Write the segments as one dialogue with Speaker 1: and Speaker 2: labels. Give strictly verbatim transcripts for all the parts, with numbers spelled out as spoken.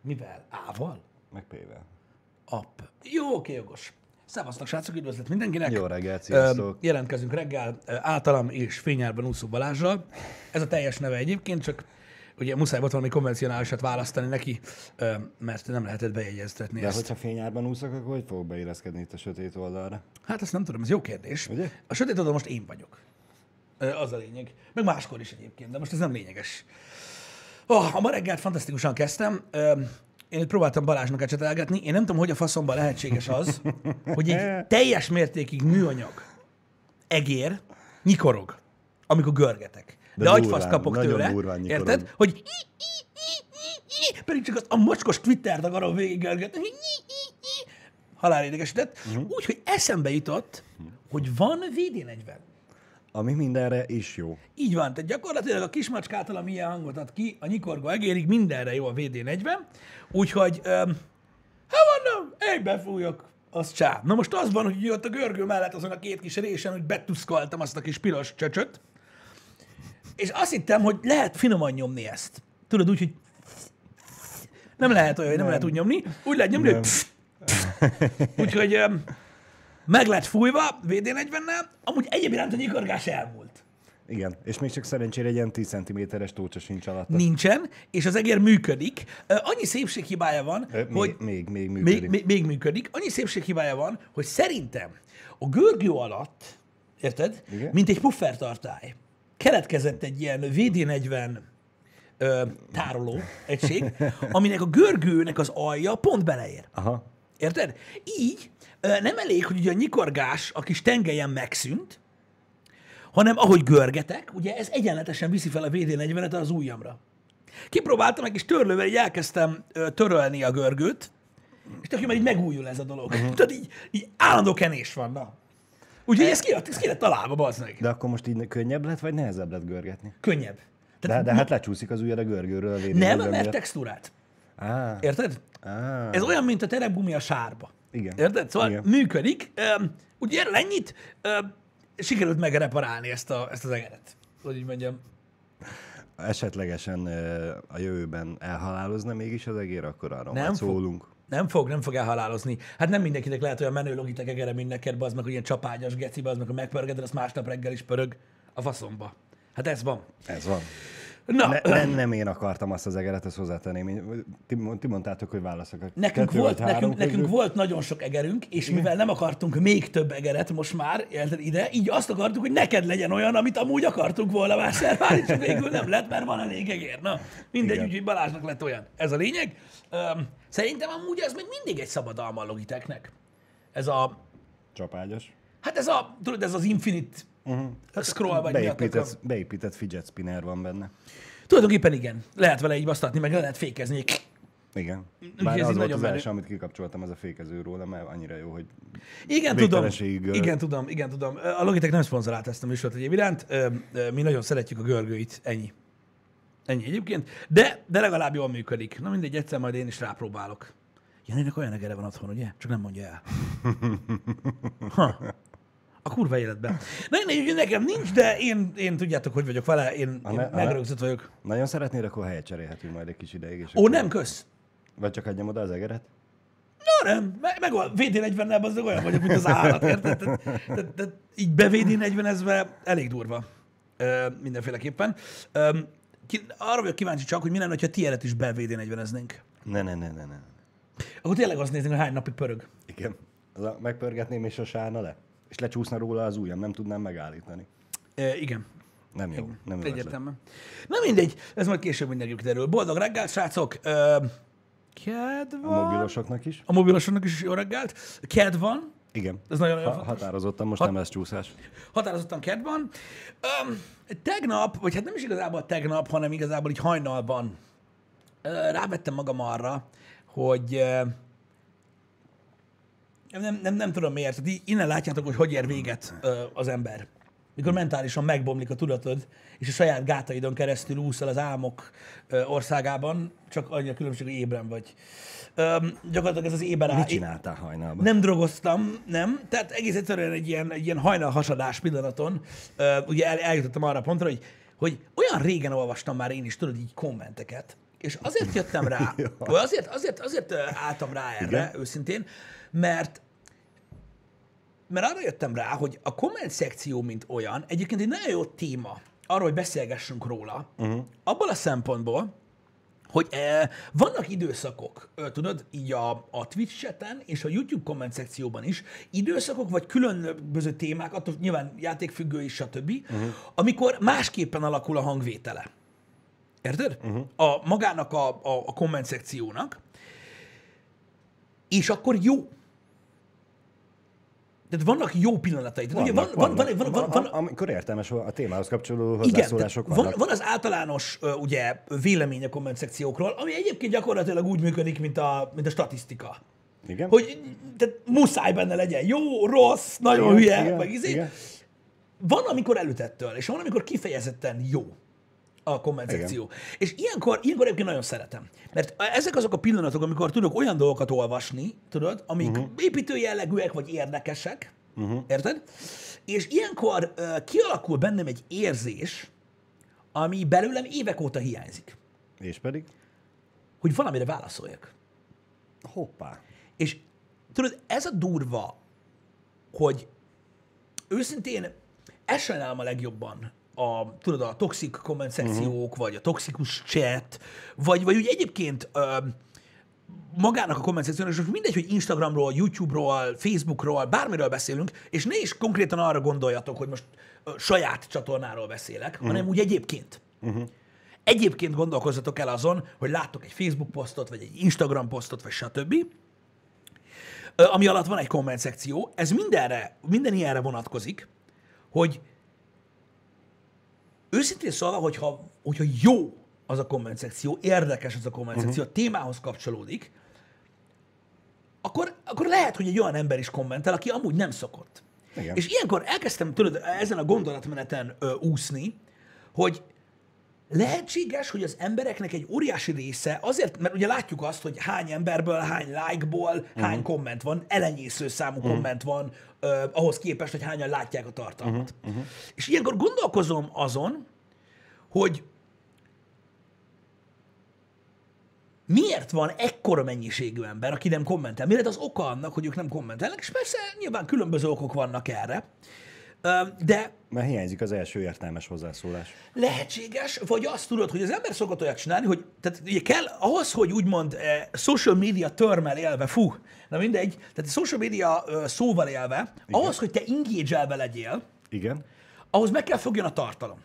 Speaker 1: Mivel? Ával?
Speaker 2: Meg P-vel.
Speaker 1: App. Jó, oké, jogos. Szevasztok, srácok, üdvözlet mindenkinek.
Speaker 2: Jó reggelt, sziasztok.
Speaker 1: Ö, jelentkezünk reggel ö, általam és Fényárban úszó Balázsral. Ez a teljes neve egyébként, csak ugye muszáj volt valami konvencionálisat választani neki, ö, mert nem lehetett bejegyeztetni
Speaker 2: De
Speaker 1: ezt.
Speaker 2: hogyha fényárban úszok, akkor hogy fogok beilleszkedni itt a sötét oldalra?
Speaker 1: Hát azt nem tudom, ez jó kérdés.
Speaker 2: Ugye?
Speaker 1: A sötét oldal most én vagyok. Ö, az a lényeg. Meg máskor is egyébként, de most ez nem lényeges. Oh, a ma reggelt fantasztikusan kezdtem. Ö, Én itt próbáltam Balázsnak ecsetelgetni. Én nem tudom, hogy a faszomban lehetséges az, hogy egy teljes mértékig műanyag egér nyikorog, amikor görgetek. De, De agyfaszt kapok tőle, érted? Hogy pedig csak azt a mocskos Twittert akarom végiggörgetni. Halál idegesített. Uh-huh. Úgyhogy eszembe jutott, hogy van vé dé negyven.
Speaker 2: Ami mindenre is jó.
Speaker 1: Így van, tehát gyakorlatilag a kismacskától, ami ilyen hangot ad ki, a nyikorgó egérig mindenre jó a vé dé negyven, úgyhogy, um, hát mondom, én befújok, az csá. Na most az van, hogy ott a görgő mellett azon a két kis résen, hogy betuszkoltam azt a kis piros csöcsöt, és azt hittem, hogy lehet finoman nyomni ezt. Tudod, úgy, hogy nem lehet olyan, hogy nem, nem lehet úgy nyomni, úgy lehet nyomni, nem. hogy úgyhogy um, meg lett fújva vé dé negyvennel, amúgy egyéb iránt a nyikorgás elmúlt.
Speaker 2: Igen, és még csak szerencsére egy ilyen tíz centiméteres tócsa sincs alatt.
Speaker 1: Nincsen, és az egér működik. Annyi szépséghibája van,
Speaker 2: Ö,
Speaker 1: hogy...
Speaker 2: Még, még, még működik.
Speaker 1: Még, még, még működik. Annyi szépséghibája van, hogy szerintem a görgő alatt, érted,
Speaker 2: Igen?
Speaker 1: mint egy puffertartály, keletkezett egy ilyen vé dé negyven ö, tároló egység, aminek a görgőnek az alja pont beleér.
Speaker 2: Aha.
Speaker 1: Érted? Így nem elég, hogy ugye a nyikorgás a kis tengelyen megszűnt, hanem ahogy görgetek, ugye ez egyenletesen viszi fel a vé dé negyvenet az ujjamra. Kipróbáltam, meg és törlővel így elkezdtem ö, törölni a görgőt, és tök jó, mert így megújul ez a dolog. Uh-huh. Tehát így, így állandó kenés van, na. Úgyhogy ez ki, ez ki lett találva, bazd meg.
Speaker 2: De akkor most így könnyebb lett, vagy nehezebb lett görgetni?
Speaker 1: Könnyebb.
Speaker 2: Tehát de, de hát lecsúszik az ujjad a görgőről a vé dé
Speaker 1: nem,
Speaker 2: negyven
Speaker 1: mert
Speaker 2: miatt.
Speaker 1: textúrát.
Speaker 2: Á,
Speaker 1: Érted?
Speaker 2: á.
Speaker 1: Ez olyan, mint a terebgumi a sárba.
Speaker 2: Igen.
Speaker 1: Érted? Szóval
Speaker 2: Igen.
Speaker 1: működik. Üm, ugye erről ennyit üm, sikerült megreparálni ezt, a, ezt az egeret. Hogy így mondjam.
Speaker 2: Esetlegesen ö, a jövőben elhalálozna mégis az egér, akkor arra
Speaker 1: Nem
Speaker 2: majd
Speaker 1: fog.
Speaker 2: szólunk.
Speaker 1: Nem fog, nem fog elhalálozni. Hát nem mindenkinek lehet olyan menő Logitech egere, mint neked, bazd meg, hogy ilyen csapágyas geci, bazd meg, hogy megpörgeted, azt másnap reggel is pörög a faszomba. Hát ez van.
Speaker 2: Ez van.
Speaker 1: Na,
Speaker 2: Ne, nem, nem én akartam azt az egeret, ezt hozzátenném. Én- Ti, ti mondtátok, hogy válaszok a
Speaker 1: nekünk,
Speaker 2: kettő
Speaker 1: volt,
Speaker 2: vagy három
Speaker 1: nekünk, nekünk
Speaker 2: közül.
Speaker 1: volt nagyon sok egerünk, és mivel nem akartunk még több egeret most már, érted ide, így azt akartuk, hogy neked legyen olyan, amit amúgy akartunk volna vásárolni, és végül nem lett, mert van elég egér. Na, mindegy,
Speaker 2: Igen.
Speaker 1: úgyhogy Balázsnak lett olyan. Ez a lényeg. Öm, szerintem amúgy ez még mindig egy szabadalma a Logitechnek. Ez a,
Speaker 2: Csapágyas.
Speaker 1: hát ez a, tudod, ez az Infinite uh-huh. Scroll, vagy mi a tököm.
Speaker 2: Beépített, beépített fidget spinner van benne.
Speaker 1: Tulajdonképpen igen. Lehet vele így basztatni, meg le lehet fékezni.
Speaker 2: Igen.
Speaker 1: Úgyhogy
Speaker 2: Bár
Speaker 1: ez
Speaker 2: az
Speaker 1: így
Speaker 2: volt
Speaker 1: nagyon
Speaker 2: az
Speaker 1: menő.
Speaker 2: első, amit kikapcsoltam, az a fékező róla, mert annyira jó, hogy
Speaker 1: Igen, tudom.
Speaker 2: végtelenségig gör.
Speaker 1: Igen, tudom, igen, tudom. A Logitech nem szponzorált ezt a műsort egyéb iránt. Ö, ö, Mi nagyon szeretjük a görgőit, ennyi. Ennyi egyébként. De, de legalább jól működik. Na mindegy, egyszer majd én is rápróbálok. Janinek olyan egere van otthon, ugye? Csak nem mondja el. Ha. A kurva életben. Na, én, nekem nincs, de én, én tudjátok, hogy vagyok vele. Én,
Speaker 2: Ha
Speaker 1: én
Speaker 2: ne- ha
Speaker 1: megrögzött vagyok.
Speaker 2: Nagyon szeretnéd, akkor helyet cserélhetünk majd egy kis ideig. És
Speaker 1: Ó,
Speaker 2: akkor-
Speaker 1: nem, kösz.
Speaker 2: Vagy csak adjam oda az egeret?
Speaker 1: Na nem, meg, meg a vé dé negyvennel az olyan vagyok, mint az állat, érted? Tehát, tehát, tehát így be vé dé negyvenezve elég durva. Ö, mindenféleképpen. Ö, ki, arra vagyok kíváncsi csak, hogy mi lenne, ha tiédet is be vé dé negyveneznénk.
Speaker 2: Ne, ne, ne, ne, ne.
Speaker 1: Akkor tényleg azt néznénk, hogy hány napig pörög.
Speaker 2: Igen. Az a, megpörgetném és a sárna le. És lecsúszna róla az ujjam, nem tudnám megállítani.
Speaker 1: Ö, igen.
Speaker 2: Nem jó. Nem jó
Speaker 1: Egyértelműen. Na mindegy, ez majd később mindenki kiderül. Boldog reggelt, srácok! Ö, ked
Speaker 2: A
Speaker 1: van.
Speaker 2: mobilosoknak is?
Speaker 1: A mobilosoknak is jó reggelt. Ked van.
Speaker 2: Igen.
Speaker 1: Ez nagyon-nagyon
Speaker 2: Ha,
Speaker 1: fontos.
Speaker 2: határozottan, most
Speaker 1: Hat-
Speaker 2: nem lesz csúszás.
Speaker 1: Határozottan kedv van. Öm, tegnap, vagy hát nem is igazából tegnap, hanem igazából így hajnalban ö, rávettem magam arra, hogy ö, nem, nem, nem tudom miért, tehát így innen látjátok, hogy hogy ér véget ö, az ember. Mikor mentálisan megbomlik a tudatod, és a saját gátaidon keresztül úszol az álmok ö, országában, csak annyi a különbség, hogy ébren vagy. Öm, gyakorlatilag ez az éber
Speaker 2: Mit csináltál hajnalban?
Speaker 1: nem drogoztam, nem. Tehát egész egyszerűen egy ilyen, egy ilyen hajnalhasadás pillanaton uh, ugye el, eljutottam arra a pontra, hogy, hogy olyan régen olvastam már én is, tudod, így kommenteket, És azért jöttem rá, vagy azért, azért, azért ö, álltam rá erre,
Speaker 2: Igen.
Speaker 1: őszintén, mert mert arra jöttem rá, hogy a komment szekció, mint olyan, egyébként egy nagyon jó téma arra, hogy beszélgessünk róla, uh-huh. abból a szempontból, hogy eh, vannak időszakok, ö, tudod, így a, a Twitch chaten és a YouTube komment szekcióban is, időszakok vagy különböző témák, attól nyilván játékfüggő is, stb., uh-huh. amikor másképpen alakul a hangvétele. Érted? Uh-huh. A magának a, a, a komment szekciónak. És akkor jó. Tehát vannak jó pillanatai. Tehát ugye van, van, van, van, van, van,
Speaker 2: amikor értelmes a témához kapcsolódó
Speaker 1: igen,
Speaker 2: hozzászólások
Speaker 1: van,
Speaker 2: vannak.
Speaker 1: van az általános ö, ugye, vélemény a komment szekciókról, ami egyébként gyakorlatilag úgy működik, mint a, mint a statisztika.
Speaker 2: Igen?
Speaker 1: Hogy tehát muszáj benne legyen jó, rossz, nagyon
Speaker 2: Igen,
Speaker 1: hülye,
Speaker 2: igen,
Speaker 1: meg izé.
Speaker 2: igen.
Speaker 1: Van, amikor elütettől, és van, amikor kifejezetten jó a komment szekció. És ilyenkor, ilyenkor egyébként nagyon szeretem. Mert ezek azok a pillanatok, amikor tudok olyan dolgokat olvasni, tudod, amik uh-huh. építő jellegűek, vagy érdekesek, uh-huh. érted? És ilyenkor uh, kialakul bennem egy érzés, ami belőlem évek óta hiányzik.
Speaker 2: És pedig?
Speaker 1: Hogy valamire válaszoljak.
Speaker 2: Hoppá.
Speaker 1: És tudod, ez a durva, hogy őszintén ezt sajnálom a legjobban, a, tudod, a toxik komment szekciók, uh-huh. vagy a toxikus chat, vagy, vagy úgy egyébként ö, magának a komment szekciónak, és most mindegy, hogy Instagramról, YouTube-ról, Facebookról, bármiről beszélünk, és ne is konkrétan arra gondoljatok, hogy most ö, saját csatornáról beszélek, uh-huh. hanem úgy egyébként. Uh-huh. Egyébként gondolkozzatok el azon, hogy láttok egy Facebook posztot, vagy egy Instagram posztot, vagy stb., ö, ami alatt van egy komment szekció, ez mindenre, minden ilyenre vonatkozik, hogy őszintén szólva, hogyha, hogyha jó az a komment szekció, érdekes az a komment szekció, uh-huh. a témához kapcsolódik, akkor, akkor lehet, hogy egy olyan ember is kommentel, aki amúgy nem szokott.
Speaker 2: Igen.
Speaker 1: És ilyenkor elkezdtem tudod, ezen a gondolatmeneten ö, úszni, hogy lehetséges, hogy az embereknek egy óriási része, azért, mert ugye látjuk azt, hogy hány emberből, hány like-ból, uh-huh. hány komment van, elenyésző számú uh-huh. komment van, eh, ahhoz képest, hogy hányan látják a tartalmat. Uh-huh. Uh-huh. És ilyenkor gondolkozom azon, hogy miért van ekkora mennyiségű ember, aki nem kommentel? Mi lehet az oka annak, hogy ők nem kommentelnek? És persze nyilván különböző okok vannak erre, de
Speaker 2: mert hiányzik az első értelmes hozzászólás.
Speaker 1: lehetséges, vagy azt tudod, hogy az ember szokott olyat csinálni, hogy tehát ugye kell ahhoz, hogy úgymond eh, social media termmel élve, fú, na mindegy, tehát a social media eh, szóval élve, igen. ahhoz, hogy te engage-elve legyél,
Speaker 2: igen.
Speaker 1: ahhoz meg kell fogjon a tartalom.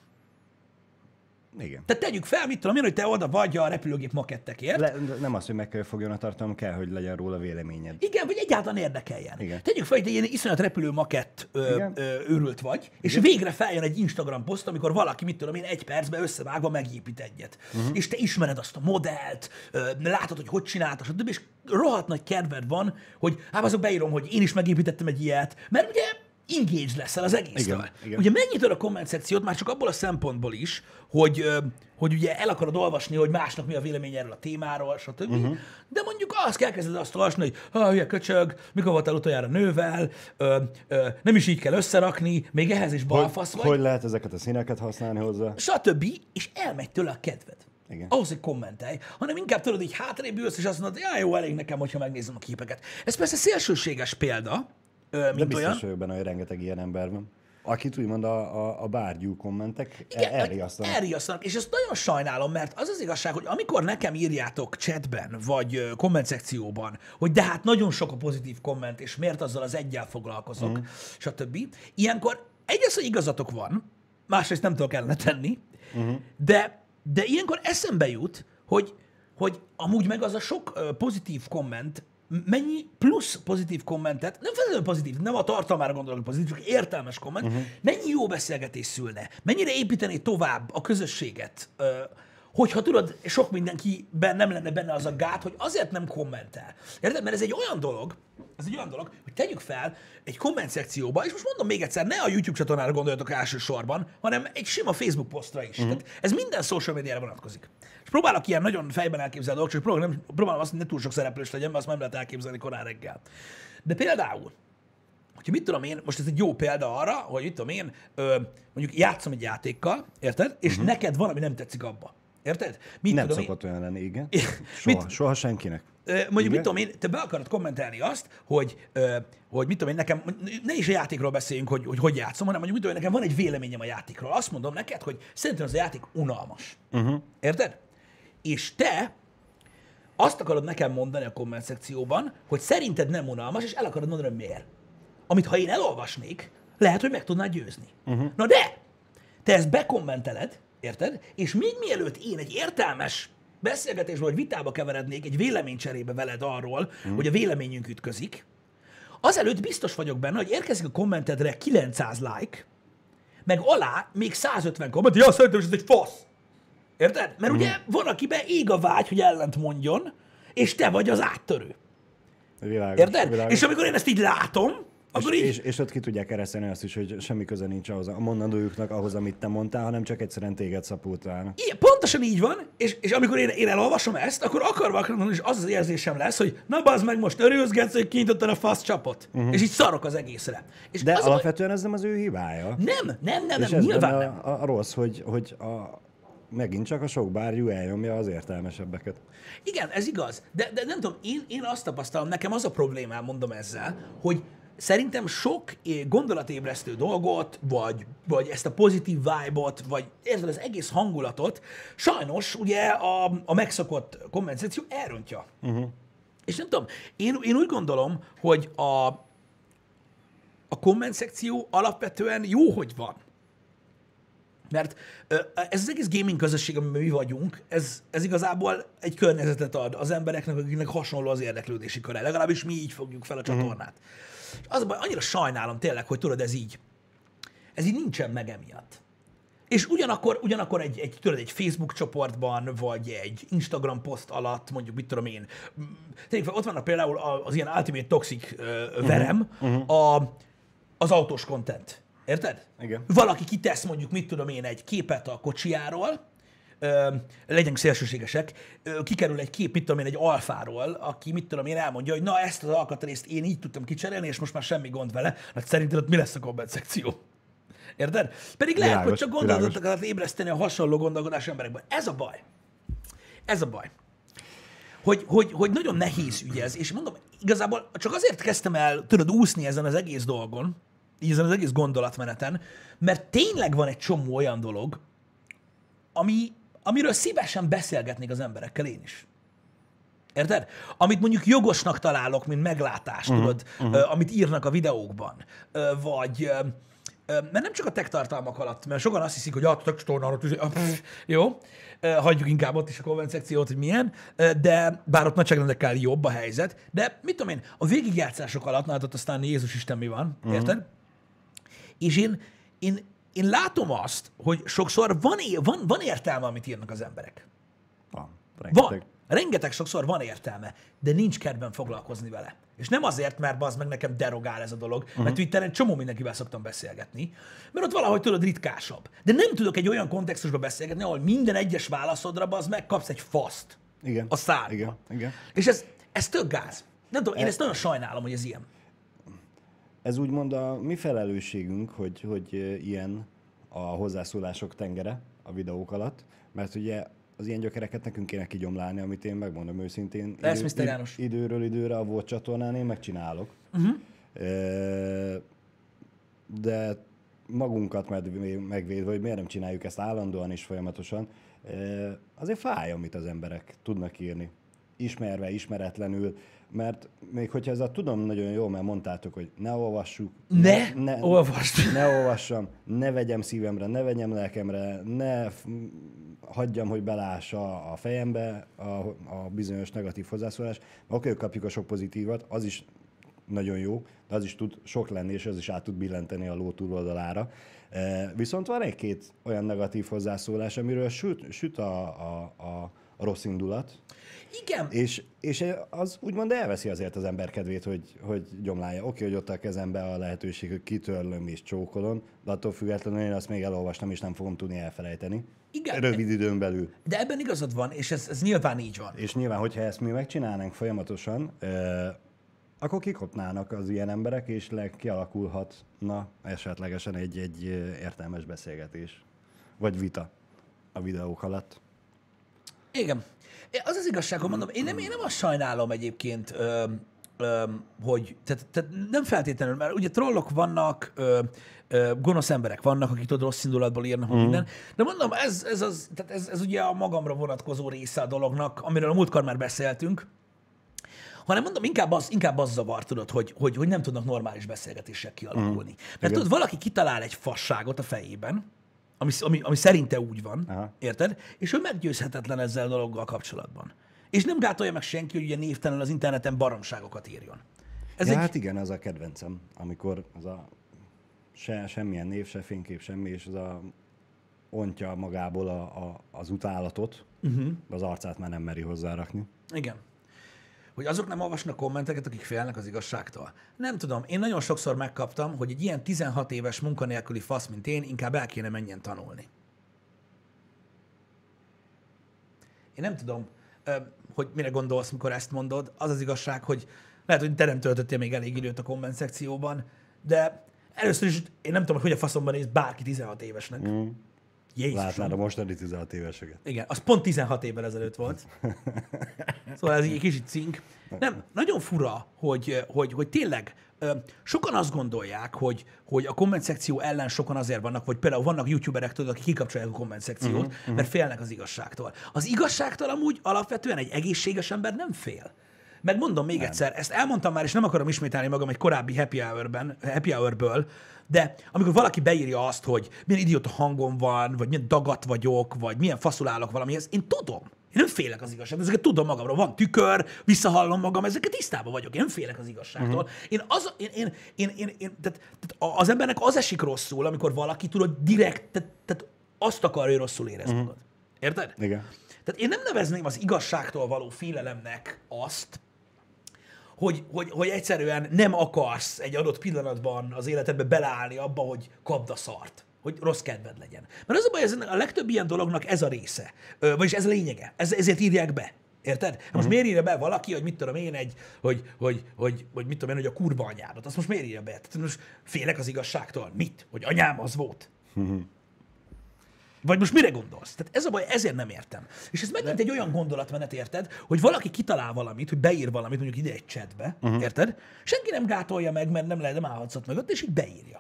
Speaker 2: Igen.
Speaker 1: Tehát tegyük fel, mit tudom én, hogy te oda vagy a repülőgép makettekért.
Speaker 2: Le, nem az, hogy meg kell fogjon a tartalom, kell, hogy legyen róla véleményed.
Speaker 1: Igen, vagy egyáltalán érdekeljen.
Speaker 2: Igen.
Speaker 1: Tegyük fel, hogy egy ilyen iszonyat repülő makett ö, ö, őrült vagy, és igen. végre feljön egy Instagram poszt, amikor valaki, mit tudom én, egy percben összevágva megépít egyet. Uh-huh. És te ismered azt a modellt, ö, látod, hogy hogy csinálta, stb. És rohadt nagy kedved van, hogy hát azok beírom, hogy én is megépítettem egy ilyet, mert ugye engage leszel az egésztől. Igen, igen. Ugye megnyitod a komment szekciót már csak abból a szempontból is, hogy, hogy ugye el akarod olvasni, hogy másnak mi a vélemény erről a témáról, stb. Uh-huh. De mondjuk azt kell kezded azt olvasni, hogy ha, hülye köcsög, mikor voltál utoljára nővel, ö, ö, nem is így kell összerakni, még ehhez is balfasz vagy.
Speaker 2: Hogy lehet ezeket a színeket használni hozzá?
Speaker 1: Stb. És elmegy tőle a kedved.
Speaker 2: Igen.
Speaker 1: Ahhoz, hogy kommentelj, hanem inkább tudod, így hátrébb ülsz, és azt mondod, já, jó, elég nekem, hogyha megnézem a képeket. Ez persze szélsőséges példa, mint
Speaker 2: de biztos
Speaker 1: olyan.
Speaker 2: vagyok benne, hogy rengeteg ilyen ember van. Akit úgymond a, a, a bárgyú kommentek
Speaker 1: Igen,
Speaker 2: elriasztanak.
Speaker 1: elriasztanak. És ezt nagyon sajnálom, mert az az igazság, hogy amikor nekem írjátok chatben, vagy komment szekcióban, hogy de hát nagyon sok a pozitív komment, és miért azzal az egyel foglalkozok, mm. stb. Ilyenkor egyrészt, hogy igazatok van, másrészt nem tudok kellene tenni, mm. de, de ilyenkor eszembe jut, hogy, hogy amúgy meg az a sok uh, pozitív komment, mennyi plusz pozitív kommentet, nem feltétlenül pozitív, nem a tartalmára gondolok, hogy pozitív, csak értelmes komment, uh-huh. mennyi jó beszélgetés szülne, mennyire építené tovább a közösséget, hogyha tudod, sok mindenkiben nem lenne benne az a gát, hogy azért nem kommentel. Érted? Mert ez egy olyan dolog, ez egy olyan dolog, hogy tegyük fel egy komment szekcióba, és most mondom még egyszer, ne a YouTube csatornára gondoljatok elsősorban, hanem egy sima Facebook posztra is. Uh-huh. Tehát ez minden social médiára vonatkozik. És próbálok ilyen nagyon fejben elképzelni dolgok, csak próbálom, nem, próbálom azt, hogy ne túl sok szereplős legyen, mert azt nem lehet elképzelni korán reggel. De például, hogyha mit tudom én, most ez egy jó példa arra, hogy mit tudom én, ö, mondjuk játszom egy játékkal, érted? És uh-huh. neked valami nem tetszik abba. Érted? Mit
Speaker 2: Nem
Speaker 1: tudom
Speaker 2: szokott
Speaker 1: én?
Speaker 2: olyan lenni, igen.
Speaker 1: Mit-
Speaker 2: Soha, soha senkinek.
Speaker 1: Ö, Mondjuk,
Speaker 2: Igen?
Speaker 1: mit tudom én, te be akarod kommentelni azt, hogy, ö, hogy mit tudom én, nekem, ne is a játékról beszéljünk, hogy hogy, hogy játszom, hanem mondjuk, mit tudom én, nekem van egy véleményem a játékról. Azt mondom neked, hogy szerintem az a játék unalmas. Uh-huh. Érted? És te azt akarod nekem mondani a komment szekcióban, hogy szerinted nem unalmas, és el akarod mondani, hogy miért. Amit ha én elolvasnék, lehet, hogy meg tudnád győzni. Uh-huh. Na de, te ezt bekommenteled, érted? És még mielőtt én egy értelmes beszélgetésbe vagy vitába keverednék egy véleménycserébe veled arról, uh-huh. hogy a véleményünk ütközik, azelőtt biztos vagyok benne, hogy érkezik a kommentedre kilencszáz like, meg alá még százötven komment, ja, szerintem ez egy fasz. Érted? Mert ugye van, akiben ég a vágy, hogy ellent mondjon, és te vagy az áttörő.
Speaker 2: Világos,
Speaker 1: Érted?
Speaker 2: világos.
Speaker 1: És amikor én ezt így látom, akkor
Speaker 2: És,
Speaker 1: így...
Speaker 2: és, és ott ki tudják kereszteni azt is, hogy semmi köze nincs ahhoz a mondandójuknak, ahhoz, amit te mondtál, hanem csak egyszerűen téged szapultálnak.
Speaker 1: Igen, pontosan így van, és, és amikor én, én elolvasom ezt, akkor akarva akarom, és az az érzésem lesz, hogy na bazd meg, most örülsz, hogy kinyitottad a fasz csapot. Uh-huh. És így szarok az egészre. És
Speaker 2: De
Speaker 1: az
Speaker 2: alapvetően ez nem az ő hibája.
Speaker 1: A... Nem, nem, nem,
Speaker 2: És
Speaker 1: nem,
Speaker 2: ez
Speaker 1: nyilván
Speaker 2: benne
Speaker 1: nem.
Speaker 2: a, a rossz, hogy, hogy a, megint csak a sok bárjú elnyomja az értelmesebbeket.
Speaker 1: Igen, ez igaz, de, de nem tudom, én, én azt tapasztalom, nekem az a problémám, mondom ezzel, hogy szerintem sok gondolatébresztő dolgot, vagy, vagy ezt a pozitív vibe-ot, vagy érted, az egész hangulatot, sajnos ugye a, a megszokott kommentáció elrontja. Uh-huh. És nem tudom, én, én úgy gondolom, hogy a, a komment szekció alapvetően jó, hogy van. Mert ez az egész gaming közösség, amiben mi vagyunk, ez, ez igazából egy környezetet ad az embereknek, akiknek hasonló az érdeklődési köre. Legalábbis mi így fogjuk fel a csatornát. És az a baj, annyira sajnálom tényleg, hogy tudod, ez így. Ez így nincsen meg emiatt. És ugyanakkor, ugyanakkor egy, egy, tudod, egy Facebook csoportban, vagy egy Instagram poszt alatt, mondjuk, mit tudom én, tényleg ott vannak például az ilyen Ultimate Toxic uh, verem, uh-huh. a, az autós content. Érted?
Speaker 2: Igen.
Speaker 1: Valaki kitesz mondjuk, mit tudom én, egy képet a kocsijáról, ö, legyünk szélsőségesek, ö, kikerül egy kép, mit tudom én, egy alfáról, aki, mit tudom én, elmondja, hogy na ezt az alkatrészt én így tudtam kicserélni, és most már semmi gond vele. Hát szerinted ott mi lesz a komment szekció? Érted? Pedig lehet,
Speaker 2: Világos,
Speaker 1: hogy csak gondolatokat ébreszteni a hasonló gondolkodás emberekben. Ez a baj. Ez a baj. Hogy, hogy, hogy nagyon nehéz ügy ez, és mondom, igazából csak azért kezdtem el, tudod, úszni ezen az egész dolgon, így ezen az egész gondolatmeneten, mert tényleg van egy csomó olyan dolog, ami, amiről szívesen beszélgetnék az emberekkel én is. Érted? Amit mondjuk jogosnak találok, mint meglátást, uh-huh, tudod, uh-huh. Uh, amit írnak a videókban, uh, vagy... Uh, mert nem csak a tech tartalmak alatt, mert sokan azt hiszik, hogy a tech tornálat, jó, hagyjuk inkább ott is a komment szekciót, hogy milyen, de bár ott nagyságrendekkel jobb a helyzet, de mit tudom én, a végigjátszások alatt, na hát ott aztán Jézus Isten mi van, uh-huh. érted? És én, én, én látom azt, hogy sokszor van, van, van értelme, amit írnak az emberek.
Speaker 2: Van.
Speaker 1: Van. Rengeteg sokszor van értelme, de nincs kedvem foglalkozni vele. És nem azért, mert bazd meg nekem derogál ez a dolog, uh-huh. mert Twitteren csomó mindenkivel szoktam beszélgetni, mert ott valahogy tudod ritkásabb. De nem tudok egy olyan kontextusban beszélgetni, ahol minden egyes válaszodra bazd meg kapsz egy faszt
Speaker 2: Igen.
Speaker 1: a szádba.
Speaker 2: Igen. Igen.
Speaker 1: És ez, ez tök gáz. Nem tudom, én e... ezt nagyon sajnálom, hogy ez ilyen.
Speaker 2: Ez úgymond a mi felelősségünk, hogy, hogy ilyen a hozzászólások tengere a videók alatt, mert ugye az ilyen gyökereket nekünk kéne kigyomlálni, amit én megmondom őszintén.
Speaker 1: Lesz,
Speaker 2: idő,
Speaker 1: miszter János.
Speaker 2: Időről időre a volt csatornán én megcsinálok.
Speaker 1: Uh-huh.
Speaker 2: De magunkat megvédve, hogy miért nem csináljuk ezt állandóan és folyamatosan, azért fáj, amit az emberek tudnak írni. Ismerve, ismeretlenül, mert még hogyha ez a tudom nagyon jól, mert mondtátok, hogy ne olvassuk.
Speaker 1: Ne, ne, ne olvassd.
Speaker 2: Ne olvassam, ne vegyem szívemre, ne vegyem lelkemre, ne hagyjam, hogy belássa a fejembe a, a bizonyos negatív hozzászólás. Oké, okay, kapjuk a sok pozitívat, az is nagyon jó, de az is tud sok lenni, és az is át tud billenteni a ló túloldalára. Viszont van egy-két olyan negatív hozzászólás, amiről süt, süt a, a, a, a rossz indulat.
Speaker 1: Igen.
Speaker 2: És, és az úgymond elveszi azért az ember kedvét, hogy, hogy gyomlálja. Oké, hogy ott a kezembe a lehetőség, hogy kitörlöm és csókolom, de attól függetlenül én azt még elolvastam, és nem fogom tudni elfelejteni.
Speaker 1: Igen.
Speaker 2: Rövid időn belül.
Speaker 1: De ebben igazad van, és ez, ez nyilván így van.
Speaker 2: És nyilván, hogyha ezt mi megcsinálnánk folyamatosan, eh, akkor kikopnának az ilyen emberek, és le, kialakulhatna esetlegesen egy, egy értelmes beszélgetés. Vagy vita a videók alatt.
Speaker 1: Igen. Az az igazság, hogy mondom, én nem, én nem azt sajnálom egyébként, ö, ö, hogy tehát, tehát nem feltétlenül, mert ugye trollok vannak, ö, ö, gonosz emberek vannak, akik tudod rossz indulatból írnak mm. minden, de mondom, ez, ez, az, tehát ez, ez ugye a magamra vonatkozó része a dolognak, amiről a múltkor már beszéltünk, hanem mondom, inkább az, inkább az zavar, tudod, hogy, hogy, hogy nem tudnak normális beszélgetések kialakulni. Mm. Mert igen. tudod, valaki kitalál egy fasságot a fejében, ami, ami, ami szerinte úgy van, aha. érted? És ő meggyőzhetetlen ezzel a dologgal kapcsolatban. És nem gátolja meg senki, hogy ugye névtelen az interneten baromságokat írjon. Ez
Speaker 2: ja,
Speaker 1: egy...
Speaker 2: Hát igen, az a kedvencem, amikor az a se, semmilyen név, se fénykép, semmi, és az a ontja magából a, a, az utálatot, uh-huh. az arcát már nem meri hozzárakni.
Speaker 1: Igen. Hogy azok nem olvasnak kommenteket, akik félnek az igazságtól. Nem tudom, én nagyon sokszor megkaptam, hogy egy ilyen tizenhat éves munkanélküli fasz, mint én, inkább el kéne menjen tanulni. Én nem tudom, hogy mire gondolsz, mikor ezt mondod. Az az igazság, hogy lehet, hogy te nem töltöttél még elég időt a komment szekcióban, de először is én nem tudom, hogy hogy a faszomban néz bárki tizenhat évesnek. Mm.
Speaker 2: Látnád a mostani tizenhat éveseket.
Speaker 1: Igen, az pont tizenhat évvel ezelőtt volt. Szóval ez egy kicsit cink. Nem, nagyon fura, hogy, hogy, hogy tényleg sokan azt gondolják, hogy, hogy a komment szekció ellen sokan azért vannak, vagy például vannak youtuberek, tudod, akik kikapcsolják a komment szekciót, uh-huh, mert félnek az igazságtól. Az igazságtól amúgy alapvetően egy egészséges ember nem fél. Meg mondom még nem. egyszer, ezt elmondtam már, és nem akarom ismételni magam egy korábbi happy hour-ben, happy hour-ből, de amikor valaki beírja azt, hogy milyen idióta hangom van, vagy milyen dagat vagyok, vagy milyen faszul állok valamihez, én tudom. Én nem félek az igazságtól, ezeket tudom magamról. Van tükör, visszahallom magam, ezeket tisztában vagyok. Én nem félek az igazságtól. Uh-huh. Én az, én, én, én, én, én tehát, tehát az embernek az esik rosszul, amikor valaki tudod direkt, tehát, tehát azt akar, hogy rosszul érezni magad. Uh-huh. Érted?
Speaker 2: Igen.
Speaker 1: Tehát én nem nevezném az igazságtól való félelemnek azt, hogy, hogy, hogy egyszerűen nem akarsz egy adott pillanatban az életedbe beleállni abba, hogy kapd a szart. Hogy rossz kedved legyen. Mert az a baj, ez a legtöbb ilyen dolognak ez a része. Ö, vagyis ez a lényege. Ez, ezért írják be. Érted? Most uh-huh. miért írja be valaki, hogy mit tudom én, egy, hogy, hogy, hogy, hogy mit tudom én, hogy a kurva anyádat. Azt most miért írja be? Tehát most félek az igazságtól. Mit? Hogy anyám az volt. Uh-huh. Vagy most mire gondolsz? Tehát ez a baj, ezért nem értem. És ez megint egy olyan gondolatmenet, érted, hogy valaki kitalál valamit, hogy beír valamit, mondjuk ide egy chatbe, uh-huh. érted? Senki nem gátolja meg, mert nem lehet, nem állhatsz ott mögött, és így beírja.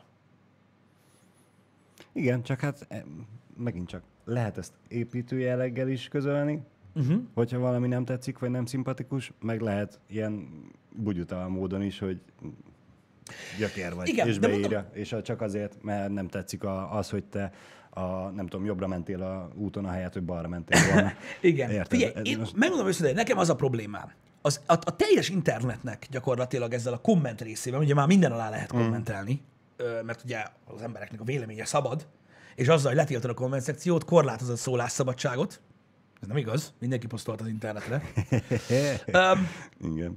Speaker 2: Igen, csak hát megint csak lehet ezt építő jelleggel is közölni, uh-huh. hogyha valami nem tetszik, vagy nem szimpatikus, meg lehet ilyen bugyutalan módon is, hogy gyökér vagy, igen, és beírja, mondom... és csak azért, mert nem tetszik a, az, hogy te a, nem tudom, jobbra mentél a úton, ahelyett, hogy balra mentél volna.
Speaker 1: Igen. Figyelj, én most... megmondom őszintén, nekem az a problémám. Az, a, a teljes internetnek gyakorlatilag ezzel a komment részében, ugye már minden alá lehet kommentelni, mm. mert ugye az embereknek a véleménye szabad, és azzal, hogy letiltod a komment szekciót, korlátozod a szólásszabadságot. Ez nem igaz, mindenki posztolt az internetre. um,
Speaker 2: Igen.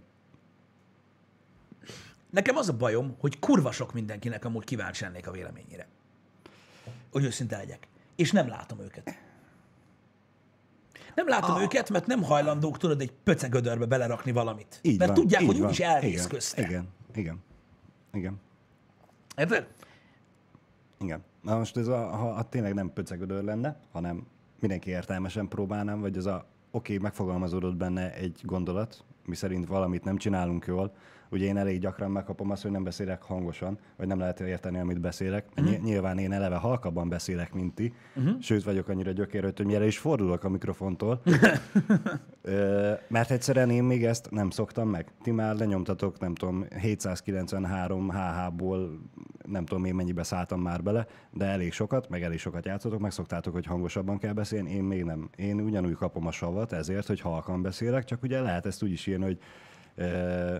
Speaker 1: Nekem az a bajom, hogy kurva sok mindenkinek amúgy kíváncsi lennék a véleményére. Hogy őszinte legyek. És nem látom őket. Nem látom ah. őket, mert nem hajlandók, tudod, egy pöcegödörbe belerakni valamit.
Speaker 2: Így
Speaker 1: mert
Speaker 2: van,
Speaker 1: tudják, hogy
Speaker 2: van.
Speaker 1: úgyis elvész
Speaker 2: igen,
Speaker 1: közte.
Speaker 2: Igen, igen, igen.
Speaker 1: Érted?
Speaker 2: Igen. Na most ez a, ha, ha tényleg nem pöcegödör lenne, hanem mindenki értelmesen próbálnám, vagy az a oké, okay, megfogalmazódott benne egy gondolat, miszerint valamit nem csinálunk jól. Ugye én elég gyakran megkapom azt, hogy nem beszélek hangosan, vagy nem lehet érteni, amit beszélek. Uh-huh. Nyilván én eleve halkabban beszélek, mint ti, uh-huh. sőt vagyok annyira gyökérőt, hogy mire is fordulok a mikrofontól. Ö, mert egyszerűen én még ezt nem szoktam meg. Ti már lenyomtatok, nem tudom, hétszázkilencvenhárom há há-ból nem tudom én mennyibe szálltam már bele, de elég sokat, meg elég sokat játszotok, megszoktátok, hogy hangosabban kell beszélni, én még nem. Én ugyanúgy kapom a savat ezért, hogy halkan beszélek, csak ugye lehet ezt úgy is írni, hogy ö,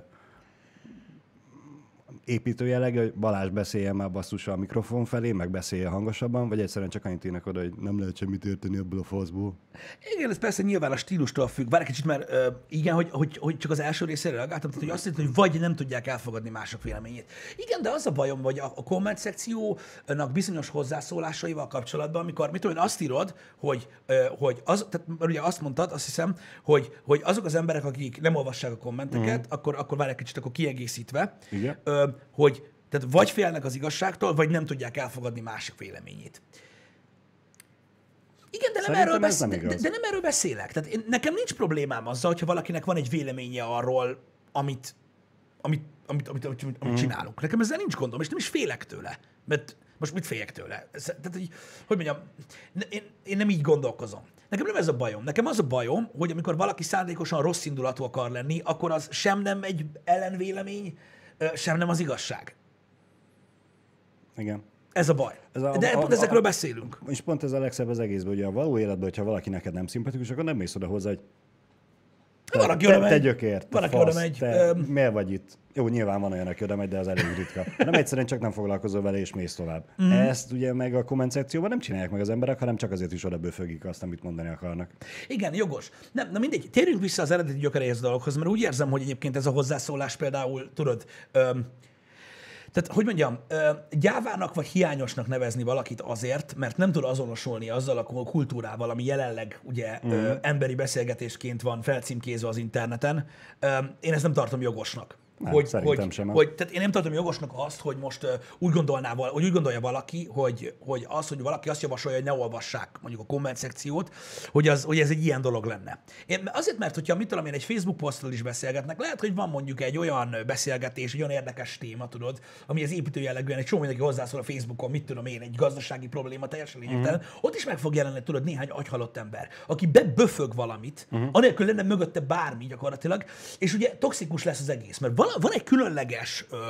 Speaker 2: építőjelleg, hogy Balázs beszéljen már basszus a mikrofon felé, meg beszélje hangosabban, vagy egyszerűen csak annyit írnak oda, hogy nem lehet semmit érteni ebből a faszból.
Speaker 1: Igen, ez persze nyilván a stílustól függ. Várj egy kicsit, mert uh, igen, hogy, hogy, hogy csak az első részére reagáltam, tehát, hogy azt mondtam, hogy vagy nem tudják elfogadni mások véleményét. Igen, de az a bajom, hogy a, a komment szekciónak bizonyos hozzászólásaival kapcsolatban, amikor mit tudom, azt írod, hogy, uh, hogy az, tehát ugye azt mondtad, azt hiszem, hogy, hogy azok az emberek, akik nem olvassák a kommenteket, mm. akkor, akkor várj egy kicsit, akkor kiegészítve, igen. Uh, hogy tehát vagy félnek az igazságtól, vagy nem tudják elfogadni másik véleményét. Igen, de nem,
Speaker 2: Szerintem
Speaker 1: erről
Speaker 2: ez
Speaker 1: besz...
Speaker 2: nem
Speaker 1: de,
Speaker 2: igaz.
Speaker 1: de nem erről beszélek. Tehát én, nekem nincs problémám azzal, hogyha valakinek van egy véleménye arról, amit, amit, amit, amit, amit, amit mm. csinálunk. Nekem ezzel nincs gondom, és nem is félek tőle. Mert most mit féljek tőle? Ez, tehát, hogy, hogy mondjam, én, én nem így gondolkozom. Nekem nem ez a bajom. Nekem az a bajom, hogy amikor valaki szándékosan rossz indulatú akar lenni, akkor az sem nem egy ellenvélemény, sem nem az igazság.
Speaker 2: Igen.
Speaker 1: Ez a baj. Ez a, De a, pont a, ezekről a, beszélünk.
Speaker 2: És pont ez a legszebb az egészben, hogy a való életben, hogyha valaki neked nem szimpatikus, akkor nem mész oda hozzá, hogy te,
Speaker 1: van, aki
Speaker 2: te,
Speaker 1: oda megy.
Speaker 2: te gyökér, te
Speaker 1: van, aki
Speaker 2: fasz,
Speaker 1: oda megy.
Speaker 2: te
Speaker 1: Öm...
Speaker 2: miért vagy itt? Jó, nyilván van olyan, aki oda megy, de az elég ritka. Nem egyszerűen csak nem foglalkozol vele, és mész tovább. Mm. Ezt ugye meg a komment szekcióban nem csinálják meg az emberek, hanem csak azért is oda bőfögik azt, amit mondani akarnak.
Speaker 1: Igen, jogos. Nem, na mindegy, térjünk vissza az eredeti gyökeréhez dologhoz, mert úgy érzem, hogy egyébként ez a hozzászólás például, tudod, öm, tehát, hogy mondjam, gyávának vagy hiányosnak nevezni valakit azért, mert nem tud azonosulni azzal a kultúrával, ami jelenleg ugye mm. emberi beszélgetésként van felcímkézve az interneten. Én ezt nem tartom jogosnak.
Speaker 2: Nem,
Speaker 1: hogy,
Speaker 2: szerintem
Speaker 1: hogy,
Speaker 2: sem.
Speaker 1: Hogy, tehát én nem tartom jogosnak azt, hogy most uh, úgy gondolná, hogy úgy gondolja valaki, hogy, hogy az, hogy valaki azt javasolja, hogy ne olvassák mondjuk a komment szekciót, hogy, az, hogy ez egy ilyen dolog lenne. Én azért, mert hogyha mit tudom én, egy Facebook posztról is beszélgetnek, lehet, hogy van mondjuk egy olyan beszélgetés, egy olyan érdekes téma, tudod, ami az építő jellegűen egy csomó mindenki hozzászól a Facebookon, mit tudom én, egy gazdasági probléma, teljesen lényegtelen. Mm. Ott is meg fog jelenni, tudod, néhány agyhalott ember, aki beböfög valamit, mm. anélkül lenne mögötte bármi gyakorlatilag, és ugye toxikus lesz az egész, mert van, van egy különleges, ö,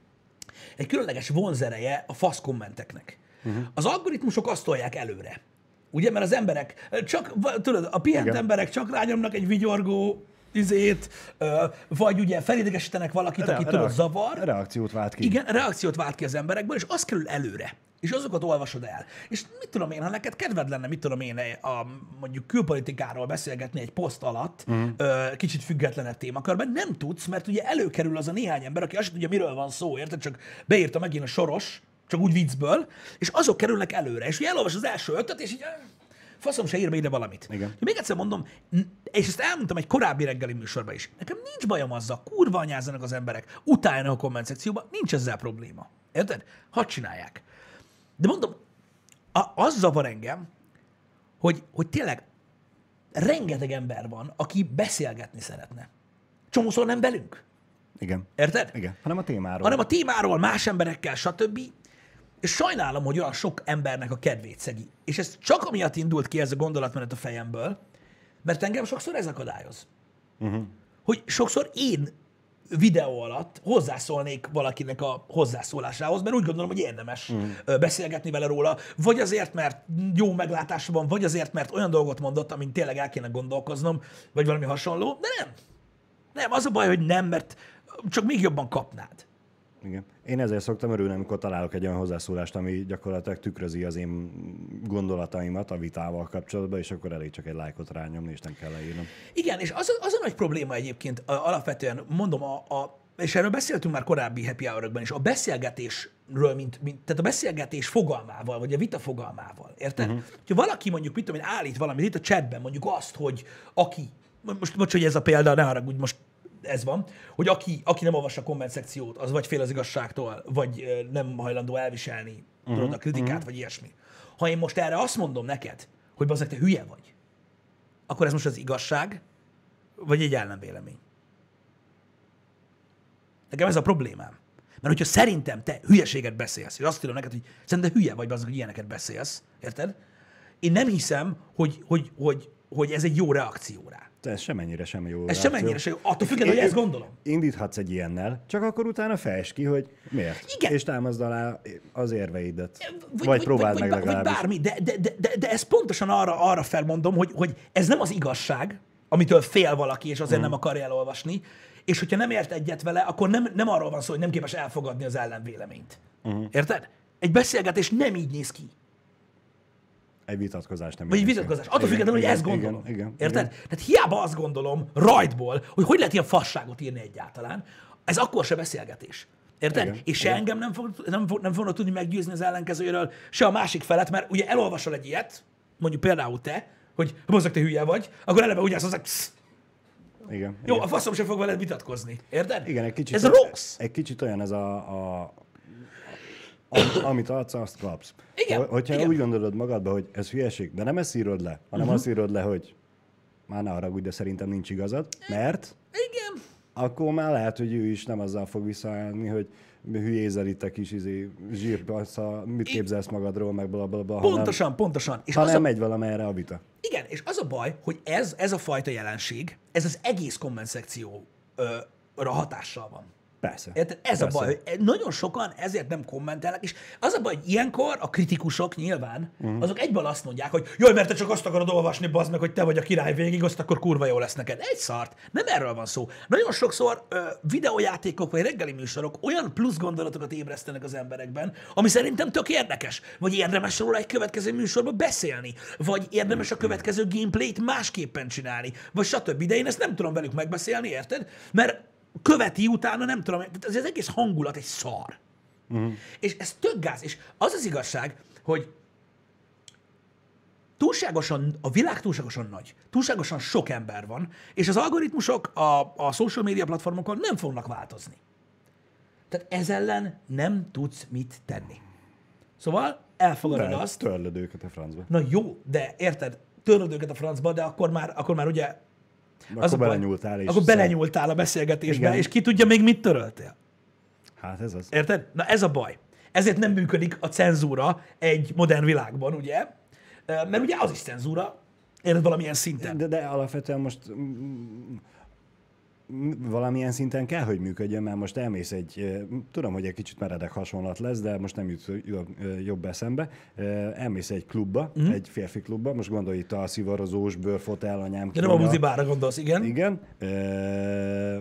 Speaker 1: egy különleges vonzereje a fasz kommenteknek. Uh-huh. Az algoritmusok azt tolják előre. Ugye, mert az emberek, csak, tudod, a pihent Igen. emberek csak rányomnak egy vigyorgó izét, ö, vagy ugye felidegesítenek valakit, Re- aki tudod, zavar.
Speaker 2: Reakciót vált ki.
Speaker 1: Igen, reakciót vált ki az emberekből, és az kerül előre. És azokat olvasod el. És mit tudom én, ha neked kedved lenne, mit tudom én, a, mondjuk külpolitikáról beszélgetni egy poszt alatt, uh-huh. ö, kicsit függetlenebb témakörben, nem tudsz, mert ugye előkerül az a néhány ember, aki azt tudja, miről van szó, érted? Csak beírta megint a Soros, csak úgy viccből, és azok kerülnek előre. És ugye elolvas az első ötöt, és így faszom se ír be ide valamit.
Speaker 2: Igen.
Speaker 1: Még egyszer mondom, és ezt elmondtam egy korábbi reggeli műsorban is, nekem nincs bajom azzal, kurva anyázzanak az emberek, utáljanak a komment szekcióban, nincs ezzel probléma. Érted? Hadd csinálják. De mondom, a, az zavar engem, hogy, hogy tényleg rengeteg ember van, aki beszélgetni szeretne. Csomószor nem velünk.
Speaker 2: Igen.
Speaker 1: Érted?
Speaker 2: Igen. Hanem a témáról.
Speaker 1: Hanem a témáról, más emberekkel, stb. És sajnálom, hogy olyan sok embernek a kedvét szegi. És ez csak amiatt indult ki ez a gondolatmenet a fejemből, mert engem sokszor ez akadályoz. Uh-huh. Hogy sokszor én videó alatt hozzászólnék valakinek a hozzászólásához, mert úgy gondolom, hogy érdemes mm. beszélgetni vele róla, vagy azért, mert jó meglátása van, vagy azért, mert olyan dolgot mondott, amin tényleg el kéne gondolkoznom, vagy valami hasonló, de nem. Nem, az a baj, hogy nem, mert csak még jobban kapnád.
Speaker 2: Igen. Én ezért szoktam örülni, amikor találok egy olyan hozzászólást, ami gyakorlatilag tükrözi az én gondolataimat a vitával kapcsolatban, és akkor elég csak egy lájkot rányomni, és nem kell leírnom. Igen, és az, az a nagy probléma egyébként alapvetően, mondom, a, a, és erről beszéltünk már korábbi happy hour-ökben is, a beszélgetésről, mint, mint, tehát a beszélgetés fogalmával, vagy a vita fogalmával, érted? Uh-huh. Ha valaki mondjuk, mit tudom én, állít valamit itt a chatben, mondjuk azt, hogy aki, most, most hogy ez a példa, ne haragudj, most ez van, hogy aki, aki nem olvassa a komment szekciót, az vagy fél az igazságtól, vagy nem hajlandó elviselni uh-huh, tudod, a kritikát, uh-huh. vagy ilyesmi. Ha én most erre azt mondom neked, hogy bazzeg, te hülye vagy, akkor ez most az igazság, vagy egy ellenvélemény. Nekem ez a problémám. Mert hogyha szerintem te hülyeséget beszélsz, és azt tudom neked, hogy szerintem hülye vagy bazzeg, hogy ilyeneket beszélsz, érted? Én nem hiszem, hogy, hogy, hogy, hogy ez egy jó reakció rá. Ez semennyire sem jó.
Speaker 1: Ez semennyire sem jó. Attól függően, hogy ezt gondolom.
Speaker 2: Indíthatsz egy ilyennel, csak akkor utána fejtsd ki, hogy miért.
Speaker 1: Igen.
Speaker 2: És támaszd alá az érveidet.
Speaker 1: Vagy,
Speaker 2: vagy próbáld
Speaker 1: vagy,
Speaker 2: meg
Speaker 1: vagy,
Speaker 2: legalábbis.
Speaker 1: Vagy bármi, de, de, de, de, de ezt pontosan arra, arra felmondom, hogy, hogy ez nem az igazság, amitől fél valaki, és azért mm. nem akarja elolvasni, és hogyha nem ért egyet vele, akkor nem, nem arról van szó, hogy nem képes elfogadni az ellenvéleményt. Mm. Érted? Egy beszélgetés nem így néz ki.
Speaker 2: Egy vitatkozás nem.
Speaker 1: Vagy egy vitatkozás. Attól függetlenül, hogy ezt gondolom.
Speaker 2: Igen, igen,
Speaker 1: érted?
Speaker 2: Igen.
Speaker 1: Tehát hiába azt gondolom rajtból, hogy hogy lehet ilyen fasságot írni egyáltalán, ez akkor se beszélgetés. Érted?
Speaker 2: Igen,
Speaker 1: és se
Speaker 2: igen.
Speaker 1: engem nem, fog, nem, fog, nem fognak tudni meggyőzni az ellenkezőjéről, se a másik felet, mert ugye elolvasol egy ilyet, mondjuk például te, hogy hozzak, te hülye vagy, akkor eleve úgy állsz hozzá,
Speaker 2: igen,
Speaker 1: jó,
Speaker 2: igen.
Speaker 1: a faszom sem fog veled vitatkozni. Érted?
Speaker 2: Igen, egy kicsit,
Speaker 1: ez rossz.
Speaker 2: Egy kicsit olyan ez a, a Am, amit adsz, azt kapsz.
Speaker 1: Igen,
Speaker 2: Hogyha
Speaker 1: igen.
Speaker 2: úgy gondolod magadba, hogy ez hülyeség, de nem ezt írod le, hanem uh-huh. azt írod le, hogy már ne haragudj, de szerintem nincs igazad, mert
Speaker 1: Igen.
Speaker 2: akkor már lehet, hogy ő is nem azzal fog visszaállni, hogy hülyézel itt a kis izé, zsírbassza, mit képzelsz magadról, meg blablabla.
Speaker 1: Pontosan,
Speaker 2: hanem,
Speaker 1: pontosan. És
Speaker 2: hanem
Speaker 1: az a...
Speaker 2: megy valamelyre a vita.
Speaker 1: Igen, és az a baj, hogy ez, ez a fajta jelenség, ez az egész komment szekcióra hatással van.
Speaker 2: Persze.
Speaker 1: Érted? Ez
Speaker 2: Persze.
Speaker 1: a baj, hogy nagyon sokan ezért nem kommentelnek, és az a baj, hogy ilyenkor a kritikusok nyilván, uh-huh. azok egyből azt mondják, hogy jaj, mert te csak azt akarod olvasni, bazd meg, hogy te vagy a király végig, azt akkor kurva jó lesz neked. Egy szart. Nem erről van szó. Nagyon sokszor ö, videójátékok vagy reggeli műsorok olyan plusz gondolatokat ébresztenek az emberekben, ami szerintem tök érdekes. Vagy érdemes róla egy következő műsorban beszélni, vagy érdemes a következő gameplayt másképpen csinálni, vagy stb. De én ezt nem tudom velük megbeszélni, érted? Mert követi utána, nem tudom, ez az egész hangulat egy szar. Uh-huh. És ez tök gáz. És az az igazság, hogy túlságosan, a világ túlságosan nagy, túlságosan sok ember van, és az algoritmusok a, a social media platformokon nem fognak változni. Tehát ez ellen nem tudsz mit tenni. Szóval elfogadod
Speaker 2: De
Speaker 1: azt.
Speaker 2: törlöd őket a francba.
Speaker 1: Na jó, de érted, törlöd őket a francba, de akkor már, akkor már ugye
Speaker 2: Az akkor belenyúltál. És
Speaker 1: akkor belenyúltál a beszélgetésbe,
Speaker 2: Igen.
Speaker 1: és ki tudja még mit töröltél.
Speaker 2: Hát ez az.
Speaker 1: Érted? Na ez a baj. Ezért nem működik a cenzúra egy modern világban, ugye? Mert ugye az is cenzúra, érted, valamilyen szinten.
Speaker 2: De, de alapvetően most mm, mm, valamilyen szinten kell, hogy működjön, mert most elmész egy, eh, tudom, hogy egy kicsit meredek hasonlat lesz, de most nem jut jobb, jobb eszembe, Eh, elmész egy klubba,
Speaker 1: Mhm.
Speaker 2: mm. egy férfi klubba, most gondolj itt a szivarozós, bőrfotel, anyám.
Speaker 1: De nem a
Speaker 2: kínja.
Speaker 1: muzibára gondolsz, igen?
Speaker 2: Igen. Eh,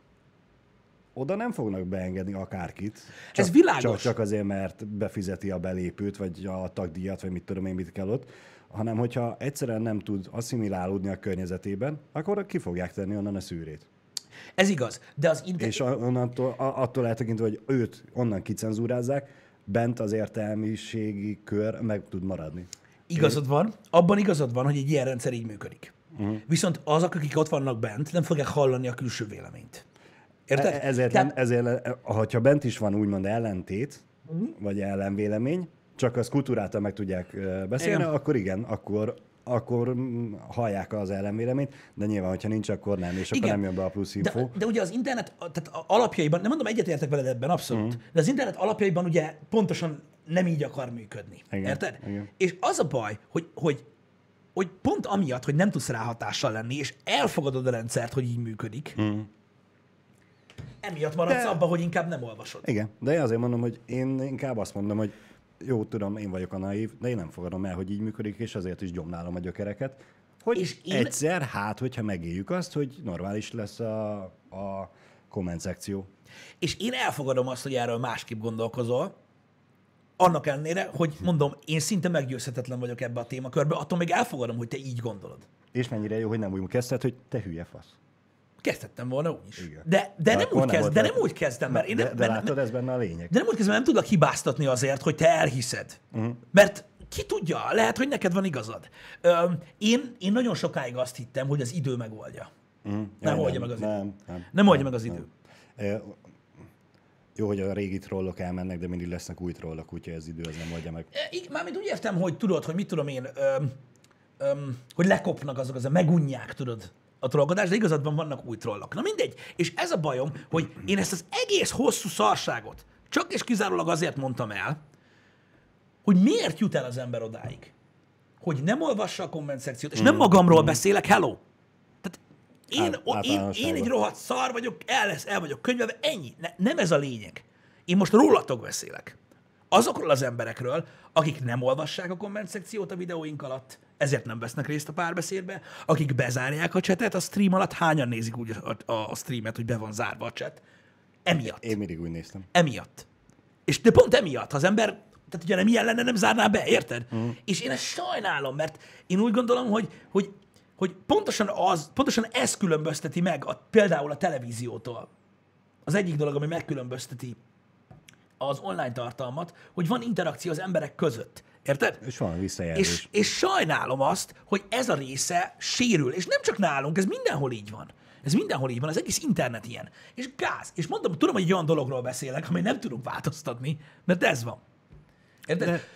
Speaker 2: oda nem fognak beengedni akárkit. Csak,
Speaker 1: Ez világos.
Speaker 2: Csak, csak azért, mert befizeti a belépőt, vagy a tagdíjat, vagy mit tudom én, mit kell ott, hanem hogyha egyszerűen nem tud asszimilálódni a környezetében, akkor ki fogják tenni onnan a szűrét.
Speaker 1: Ez igaz, de az internet...
Speaker 2: És onnantól, a- attól eltekintve, hogy őt onnan kicenzúrázzák, bent az értelmiségi kör meg tud maradni.
Speaker 1: Igazad van, abban igazad van, hogy egy ilyen rendszer így működik. Uh-huh. Viszont azok, akik ott vannak bent, nem fogják hallani a külső véleményt. Érted?
Speaker 2: E- Ezért,
Speaker 1: Tehát-
Speaker 2: nem, ezért, ha bent is van úgymond ellentét,
Speaker 1: Mhm.
Speaker 2: vagy ellenvélemény, csak azt kultúráltan meg tudják ö, beszélni,
Speaker 1: Igen.
Speaker 2: akkor igen, akkor, akkor mm, hallják az ellenvéleményt, de nyilván, hogyha nincs, akkor nem, és akkor
Speaker 1: Igen.
Speaker 2: nem jön be a plusz info.
Speaker 1: De, de ugye az internet a- tehát a- alapjaiban, nem mondom, egyetértek veled ebben, abszolút, uh-huh. de az internet alapjaiban ugye pontosan nem így akar működni.
Speaker 2: Igen,
Speaker 1: Érted?
Speaker 2: igen.
Speaker 1: És az a baj, hogy, hogy, hogy pont amiatt, hogy nem tudsz rá hatással lenni, és elfogadod a rendszert, hogy így működik, uh-huh. emiatt maradsz
Speaker 2: De-
Speaker 1: abban, hogy inkább nem olvasod.
Speaker 2: Igen, de én azért mondom, hogy én inkább azt mondom, hogy jó, tudom, én vagyok a naív, de én nem fogadom el, hogy így működik, és azért is gyomlálom a gyökereket, hogy
Speaker 1: És
Speaker 2: én...
Speaker 1: én-
Speaker 2: egyszer, hát, hogyha megéljük azt, hogy normális lesz a, a komment szekció.
Speaker 1: És én elfogadom azt, hogy erről másképp gondolkozol, annak ellenére, hogy mondom, én szinte meggyőzhetetlen vagyok ebbe a témakörbe, attól még elfogadom, hogy te így gondolod.
Speaker 2: És mennyire jó, hogy nem úgy kezdted, hogy te hülye fasz.
Speaker 1: Kezdhettem volna úgy is.
Speaker 2: Igen.
Speaker 1: De, de,
Speaker 2: De
Speaker 1: nem
Speaker 2: akkor
Speaker 1: úgy
Speaker 2: nem
Speaker 1: kezd,
Speaker 2: volt
Speaker 1: de
Speaker 2: el-
Speaker 1: nem úgy kezdem, mert én
Speaker 2: de,
Speaker 1: nem,
Speaker 2: de
Speaker 1: mert,
Speaker 2: látod, ez benne a lényeg.
Speaker 1: de nem úgy kezdem, nem tudlak hibáztatni azért, hogy te elhiszed. Uh-huh. Mert ki tudja, lehet, hogy neked van igazad. Öm, én, én nagyon sokáig azt hittem, hogy az idő megoldja.
Speaker 2: Uh-huh.
Speaker 1: Nem oldja meg az idő.
Speaker 2: nem, nem,
Speaker 1: Nem oldja meg az idő.
Speaker 2: E, jó, hogy a régi trollok elmennek, de mindig lesznek új trollok, úgyhogy az idő az nem oldja meg.
Speaker 1: E, így- Mármint úgy értem, hogy tudod, hogy mit tudom én, öm, öm, hogy lekopnak azok, az megunják, tudod, a trollkodást, de igazad van, vannak új trollok. Na mindegy. És ez a bajom, hogy én ezt az egész hosszú szarságot csak és kizárólag azért mondtam el, hogy miért jut el az ember odáig. Hogy nem olvassa a komment szekciót, és nem magamról beszélek, hello. Tehát én,
Speaker 2: Át-
Speaker 1: o, én, én
Speaker 2: általánosságban.
Speaker 1: egy rohadt szar vagyok, el, lesz, el vagyok könyvelve, ennyi. Ne, nem ez a lényeg. Én most rólatok beszélek. Azokról az emberekről, akik nem olvassák a komment szekciót a videóink alatt, ezért nem vesznek részt a párbeszédbe, akik bezárják a csetet a stream alatt, hányan nézik úgy a, a, a streamet, hogy be van zárva a chat. Emiatt.
Speaker 2: Én mindig úgy néztem.
Speaker 1: Emiatt. És de pont emiatt, ha az ember, tehát ugye nem ilyen lenne, nem zárná be, érted? Uh-huh. És én ezt sajnálom, mert én úgy gondolom, hogy, hogy, hogy pontosan, az, pontosan ez különbözteti meg a, például a televíziótól. Az egyik dolog, ami megkülönbözteti az online tartalmat, hogy van interakció az emberek között. Érted?
Speaker 2: És van visszajelzés.
Speaker 1: És, és sajnálom azt, hogy ez a része sérül. És nem csak nálunk, ez mindenhol így van. Ez mindenhol így van, az egész internet ilyen. És gáz. És mondom, tudom, hogy egy olyan dologról beszélek, amely nem tudunk változtatni, mert ez van. Érted? De...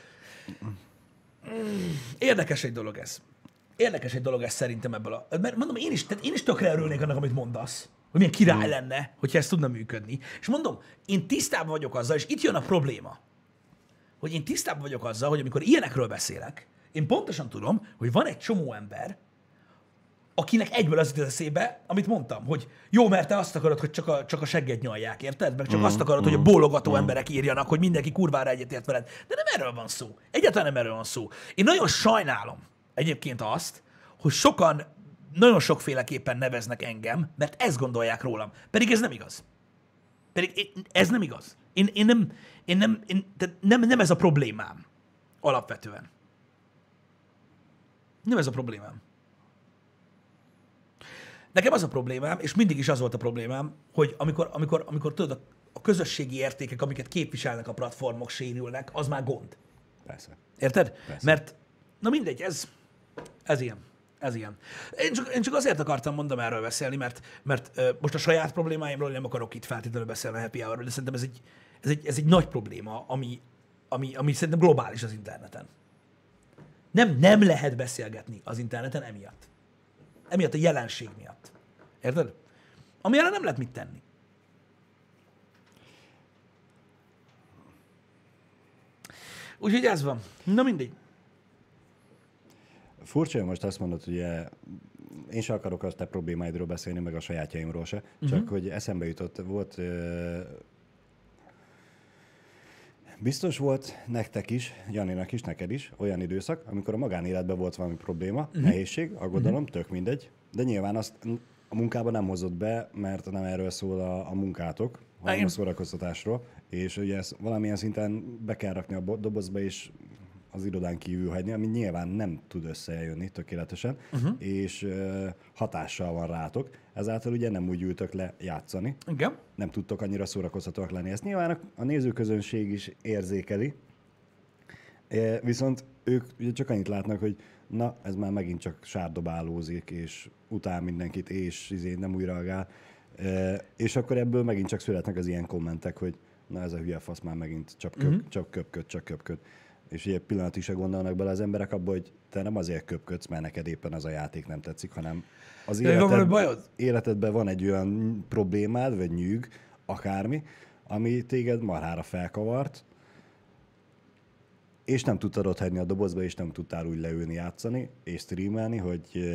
Speaker 1: Érdekes egy dolog ez. Érdekes egy dolog ez szerintem ebből a... Mert mondom, én is, tehát én is tökre örülnék annak, amit mondasz. Hogy milyen király mm. lenne, hogyha ez tudna működni. És mondom, én tisztában vagyok azzal, és itt jön a probléma, hogy én tisztában vagyok azzal, hogy amikor ilyenekről beszélek, én pontosan tudom, hogy van egy csomó ember, akinek egyből az jut eszébe, amit mondtam, hogy jó, mert te azt akarod, hogy csak a, csak a segget nyalják, érted? Meg csak mm, azt akarod, mm, hogy a bólogató mm. emberek írjanak, hogy mindenki kurvára egyetért veled. De nem erről van szó. Egyáltalán nem erről van szó. Én nagyon sajnálom egyébként azt, hogy sokan nagyon sokféleképpen neveznek engem, mert ezt gondolják rólam. Pedig ez nem igaz. Pedig én, ez nem igaz. Én, én nem, én nem, én, tehát nem, nem ez a problémám. Alapvetően. Nem ez a problémám. Nekem az a problémám, és mindig is az volt a problémám, hogy amikor, amikor, amikor tudod, a, a közösségi értékek, amiket képviselnek a platformok, sérülnek, az már gond.
Speaker 2: Persze.
Speaker 1: Érted?
Speaker 2: Persze.
Speaker 1: Mert, na mindegy, ez, ez ilyen. Ez ilyen. Én csak, én csak azért akartam mondom erről beszélni, mert, mert uh, most a saját problémáimról nem akarok itt feltétlenül beszélni a happy hour-ról, de szerintem ez egy, ez egy, ez egy nagy probléma, ami, ami, ami szerintem globális az interneten. Nem, nem lehet beszélgetni az interneten emiatt. Emiatt a jelenség miatt. Érted? Ami ellen nem lehet mit tenni. Úgyhogy ez van. Na mindegy.
Speaker 2: Furcsa, hogy most azt mondod, hogy én sem akarok a te problémáidról beszélni, meg a sajátjaimról se, csak uh-huh. hogy eszembe jutott, volt... Biztos volt nektek is, Janinak is, neked is olyan időszak, amikor a magánéletben volt valami probléma, uh-huh. nehézség, aggodalom, uh-huh. tök mindegy, de nyilván azt a munkában nem hozott be, mert nem erről szól a, a munkátok, hanem a szórakoztatásról, és ugye ezt valamilyen szinten be kell rakni a dobozba, és az irodán kívül hagyni, ami nyilván nem tud összejönni tökéletesen, uh-huh. és uh, hatással van rátok. Ezáltal ugye nem úgy ültök le játszani.
Speaker 1: Igen.
Speaker 2: Nem tudtok annyira szórakoztatóak lenni. Ezt nyilván a, a nézőközönség is érzékeli, e, viszont ők ugye csak annyit látnak, hogy na, ez már megint csak sárdobálózik, és utál mindenkit, és izé nem úgy reagál. E, és akkor ebből megint csak születnek az ilyen kommentek, hogy na ez a hülye fasz már megint csak, köp, uh-huh. csak köpköd, csak köpköd. És ugye pillanatig se gondolnak bele az emberek abba, hogy te nem azért köpködsz, mert neked éppen az a játék nem tetszik, hanem az életed, életedben van egy olyan problémád, vagy nyűg, akármi, ami téged marhára felkavart, és nem tudtad ott hagyni a dobozba, és nem tudtál úgy leülni, játszani, és streamelni, hogy,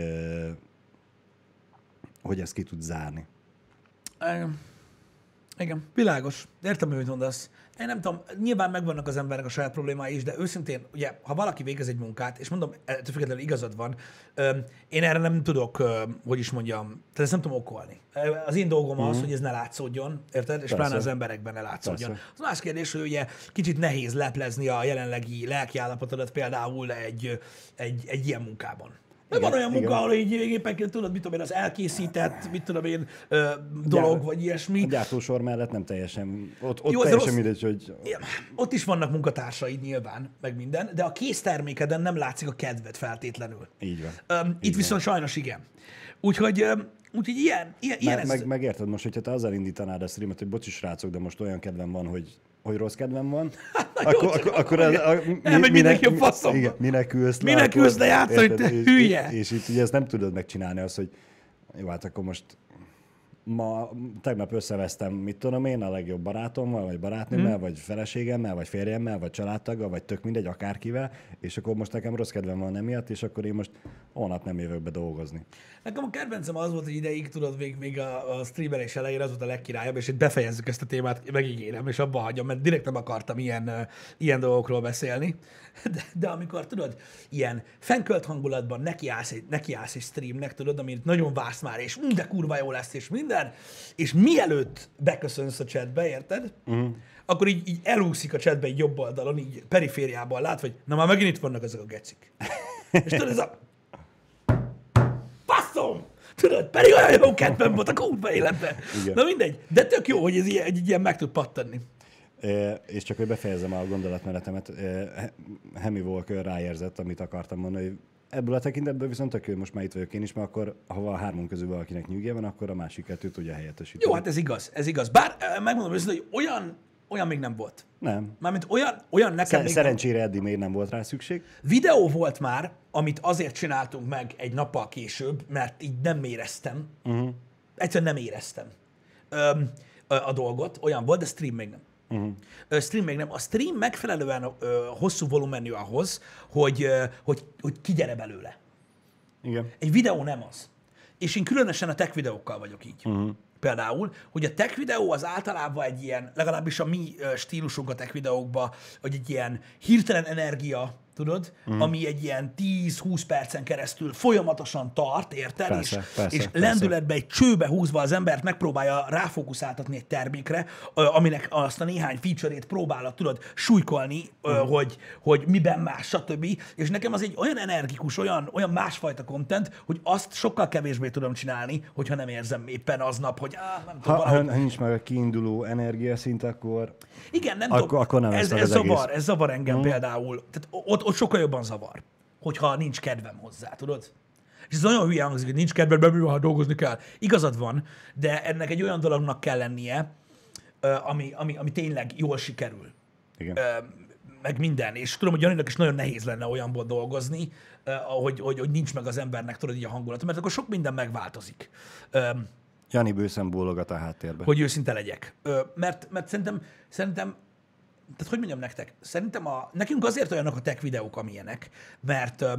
Speaker 2: hogy ezt ki tud zárni.
Speaker 1: Igen, Igen. világos. Értem, hogy mit mondasz. Én nem tudom, nyilván megvannak az emberek a saját problémái is, de őszintén, ugye, ha valaki végez egy munkát, és mondom, ettől függetlenül igazad van, én erre nem tudok, hogy is mondjam, tehát ezt nem tudom okolni. Az én dolgom az, mm. hogy ez ne látszódjon, érted? És Persze. pláne az emberekben ne látszódjon. Persze. Az más kérdés, hogy ugye kicsit nehéz leplezni a jelenlegi lelkiállapotodat például egy, egy, egy ilyen munkában. De van olyan munka, ahol így éppen tudod, mit tudom én, az elkészített, mit tudom én, ö, dolog, Gyár, vagy ilyesmi.
Speaker 2: A gyártósor mellett nem teljesen, ott, ott Jó, teljesen rossz, mindegy, hogy...
Speaker 1: Ott is vannak munkatársaid nyilván, meg minden, de a késztermékeden nem látszik a kedved feltétlenül.
Speaker 2: Így van.
Speaker 1: Öm,
Speaker 2: így
Speaker 1: itt
Speaker 2: van.
Speaker 1: Viszont sajnos igen. Úgyhogy, öm, úgyhogy ilyen, ilyen, ilyen
Speaker 2: meg, ez... meg, megérted most, hogyha te azzal indítanád a streamet, hogy bocsi srácok, de most olyan kedvem van, hogy hogy rossz kedvem van, akkor,
Speaker 1: jó,
Speaker 2: akkor, akkor ez, a,
Speaker 1: mi, nem, minek, mindenki a faszomba.
Speaker 2: Igen, minek ülsz le,
Speaker 1: minek ülsz le játszani, hogy te
Speaker 2: és,
Speaker 1: hülye.
Speaker 2: És, és itt ugye ezt nem tudod megcsinálni, az, hogy jó, hát akkor most ma, tegnap összevesztem, mit tudom én, a legjobb barátommal, vagy barátnőmmel, hmm. vagy feleségemmel, vagy férjemmel, vagy családtaggal, vagy tök mindegy, akárkivel, és akkor most nekem rossz kedvem van emiatt, és akkor én most holnap nem jövök be dolgozni.
Speaker 1: Nekem a kedvencem az volt, hogy ideig, tudod, még, még a, a streamelés elején az volt a legkirályabb, és itt befejezzük ezt a témát, megígérem, és abba hagyom, mert direkt nem akartam ilyen, uh, ilyen dolgokról beszélni. De, de amikor, tudod, ilyen fenkölt hangulatban nekiállsz egy, nekiállsz egy streamnek, tudod, amit nagyon vársz már, és de kurva jó lesz, és minden, és mielőtt beköszönsz a chatbe, érted? Uh-huh. Akkor így, így elúszik a chatbe egy jobb oldalon, így perifériában látva, hogy na már megint itt vannak ezek a gecik. És tudod, ez a... Passzom! Tudod, pedig olyan jó kedvem volt a kurva életben. Igen. Na mindegy, de tök jó, hogy ez ilyen, egy ilyen meg tud pattanni.
Speaker 2: E, és csak hogy befejezem a gondolatmenetemet, e, Hemi Walker ráérzett, amit akartam mondani, hogy ebből a tekintetből viszont tök jó, most már itt vagyok én is, mert akkor, ha a hármunk közül valakinek nyűgje van, akkor a másik kettő tudja helyettesíteni.
Speaker 1: Jó, hát ez igaz, ez igaz. Bár megmondom őszintén, hogy olyan, olyan még nem volt.
Speaker 2: Nem.
Speaker 1: Mármint olyan, olyan nekem
Speaker 2: Szer-
Speaker 1: még
Speaker 2: szerencsére eddig még nem volt rá szükség.
Speaker 1: nem. Videó volt már, amit azért csináltunk meg egy nappal később, mert így nem éreztem. Uh-huh. Egyszerűen nem éreztem Öm, a, a dolgot. Olyan volt, de stream még nem. Uh-huh. Stream még nem. A stream megfelelően ö, hosszú volumenű ahhoz, hogy, ö, hogy, hogy kigyere belőle.
Speaker 2: Igen.
Speaker 1: Egy videó nem az. És én különösen a tech videókkal vagyok így. Uh-huh. Például, hogy a tech videó az általában egy ilyen, legalábbis a mi stílusunk a tech videókban, hogy egy ilyen hirtelen energia, tudod, uh-huh. ami egy ilyen tíz-húsz percen keresztül folyamatosan tart, érted?
Speaker 2: Persze,
Speaker 1: és
Speaker 2: persze,
Speaker 1: és
Speaker 2: persze.
Speaker 1: lendületbe egy csőbe húzva az embert megpróbálja ráfókuszáltatni egy termékre, aminek azt a néhány feature-ét próbálod, tudod, súlykolni, uh-huh. hogy, hogy miben más, stb. És nekem az egy olyan energikus, olyan, olyan másfajta content, hogy azt sokkal kevésbé tudom csinálni, hogyha nem érzem éppen aznap, hogy áh, nem tudom,
Speaker 2: Ha,
Speaker 1: valahogy...
Speaker 2: ha nincs meg a kiinduló energiaszint, akkor...
Speaker 1: Igen, nem
Speaker 2: Akkor-
Speaker 1: tudom,
Speaker 2: akkor nem
Speaker 1: ez,
Speaker 2: lesz meg
Speaker 1: ez,
Speaker 2: az egész.
Speaker 1: zavar, ez zavar engem hmm. például. Tehát ott, ott sokkal jobban zavar, hogyha nincs kedvem hozzá, tudod? És ez olyan hülye hangzik, hogy nincs kedved, be mi van, ha dolgozni kell. Igazad van, de ennek egy olyan dolognak kell lennie, ami, ami, ami tényleg jól sikerül.
Speaker 2: Igen.
Speaker 1: Meg minden. És tudom, hogy Janinak is nagyon nehéz lenne olyanból dolgozni, hogy, hogy, hogy nincs meg az embernek, tudod, így a hangulata, mert akkor sok minden megváltozik.
Speaker 2: Jani bőszen bólogat a háttérbe.
Speaker 1: Hogy őszinte legyek. Ö, mert, mert szerintem, szerintem, tehát hogy mondjam nektek, szerintem a, nekünk azért olyanok a tech videók, amilyenek, mert ö,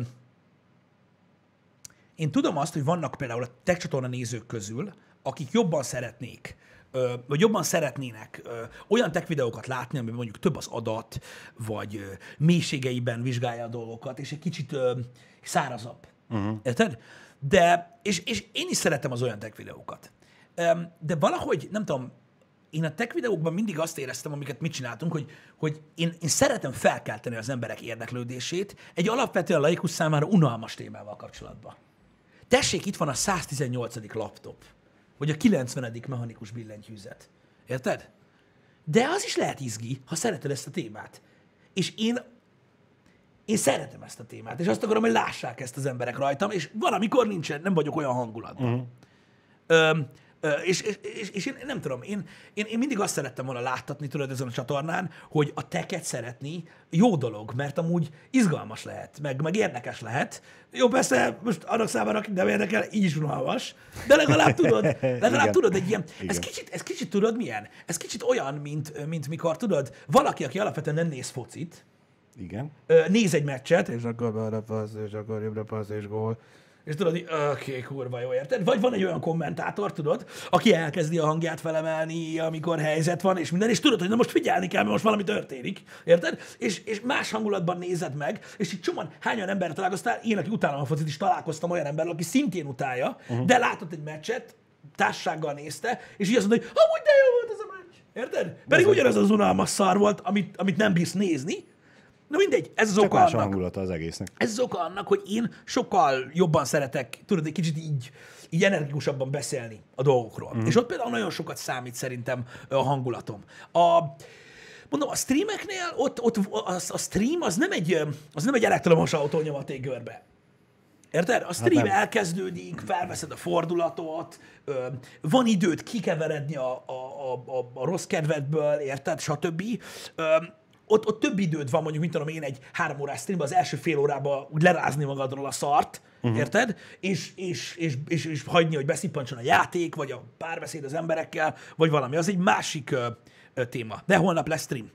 Speaker 1: én tudom azt, hogy vannak például a tech csatorna nézők közül, akik jobban szeretnék, ö, vagy jobban szeretnének ö, olyan tech videókat látni, amiben mondjuk több az adat, vagy ö, mélységeiben vizsgálja a dolgokat, és egy kicsit ö, szárazabb. Uh-huh. Érted? De, és, és én is szeretem az olyan tech videókat. De valahogy, nem tudom, én a tech videókban mindig azt éreztem, amiket mit csináltunk, hogy, hogy én, én szeretem felkelteni az emberek érdeklődését egy alapvetően laikus számára unalmas témával kapcsolatban. Tessék, itt van a száztizennyolcadik laptop, vagy a kilencvenedik mechanikus billentyűzet. Érted? De az is lehet izgi, ha szereted ezt a témát. És én, én szeretem ezt a témát, és azt akarom, hogy lássák ezt az emberek rajtam, és valamikor nincsen, nem vagyok olyan hangulatban. Uh-huh. Öm, És, és, és, és én nem tudom, én, én, én mindig azt szerettem volna láttatni, tudod, ezen a csatornán, hogy a teket szeretni jó dolog, mert amúgy izgalmas lehet, meg, meg érdekes lehet. Jó, persze, most annak számára, akik nem érdekel, így is unalmas, de legalább tudod, legalább tudod, egy ilyen, ez kicsit, ez kicsit tudod milyen? Ez kicsit olyan, mint, mint mikor tudod, valaki, aki alapvetően nem néz focit,
Speaker 2: Igen.
Speaker 1: néz egy meccset, és akkor balra passz, és akkor jobbra passz, és gól. És tudod, hogy oké, okay, kurva jó, érted? Vagy van egy olyan kommentátor, tudod, aki elkezdi a hangját felemelni, amikor helyzet van, és minden, és tudod, hogy na most figyelni kell, mert most valami történik, érted? És, és más hangulatban nézed meg, és itt csomóan hányan emberre találkoztál, én, aki utálom a focit, is találkoztam olyan emberrel, aki szintén utálja, uh-huh. de látott egy meccset, társasággal nézte, és így azt mondta, hogy amúgy de jó volt ez a meccs, érted? Pedig ugyanaz az unalmas szar volt, amit, amit nem bírsz nézni. Na mindegy, ez az
Speaker 2: Csak
Speaker 1: oka
Speaker 2: más
Speaker 1: annak.
Speaker 2: hangulata az egésznek.
Speaker 1: Ez az oka annak, hogy én sokkal jobban szeretek, tudod, egy kicsit így, így energikusabban beszélni a dolgokról. Mm. És ott például nagyon sokat számít szerintem a hangulatom. A, mondom, a streameknél ott, ott a, a stream az nem egy, az nem egy elektromos autó nyomaték görbe. Érted? A stream hát elkezdődik, felveszed a fordulatot, van időt kikeveredni a, a, a, a, a rossz kedvedből, érted? Stb. Ott, ott több időd van, mondjuk, mint tudom én, egy három órás streamben, az első fél órában úgy lerázni magadról a szart, uh-huh. érted? És, és, és, és, és hagyni, hogy beszippancson a játék, vagy a párbeszéd az emberekkel, vagy valami. Az egy másik ö, ö, téma. De holnap lesz stream.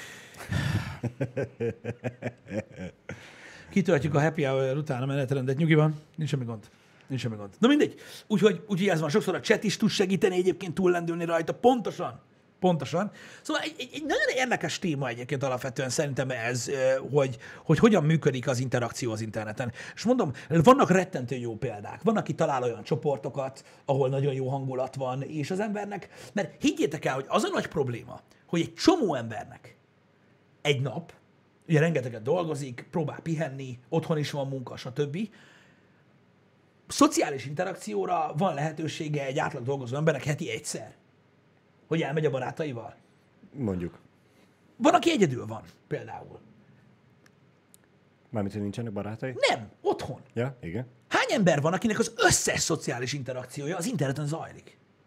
Speaker 1: Kitöltjük a happy hour után a menetrendet, nyugi van, nincs semmi gond. Nincs semmi gond. Na mindegy. Úgyhogy, úgyhogy ez van. Sokszor a chat is tud segíteni egyébként túllendülni rajta. Pontosan. Pontosan. Szóval egy, egy, egy nagyon érdekes téma egyébként alapvetően szerintem ez, hogy, hogy hogyan működik az interakció az interneten. És mondom, vannak rettentő jó példák. Van, aki talál olyan csoportokat, ahol nagyon jó hangulat van, és az embernek, mert higgyétek el, hogy az a nagy probléma, hogy egy csomó embernek egy nap, ugye rengeteget dolgozik, próbál pihenni, otthon is van munka, stb. Szociális interakcióra van lehetősége egy átlag dolgozó embernek heti egyszer. Hogy elmegy a barátaival.
Speaker 2: Mondjuk.
Speaker 1: Van, aki egyedül van, például.
Speaker 2: Mármint, hogy nincsenek barátai?
Speaker 1: Nem, otthon.
Speaker 2: Ja, igen.
Speaker 1: Hány ember van, akinek az összes szociális interakciója az interneten zajlik?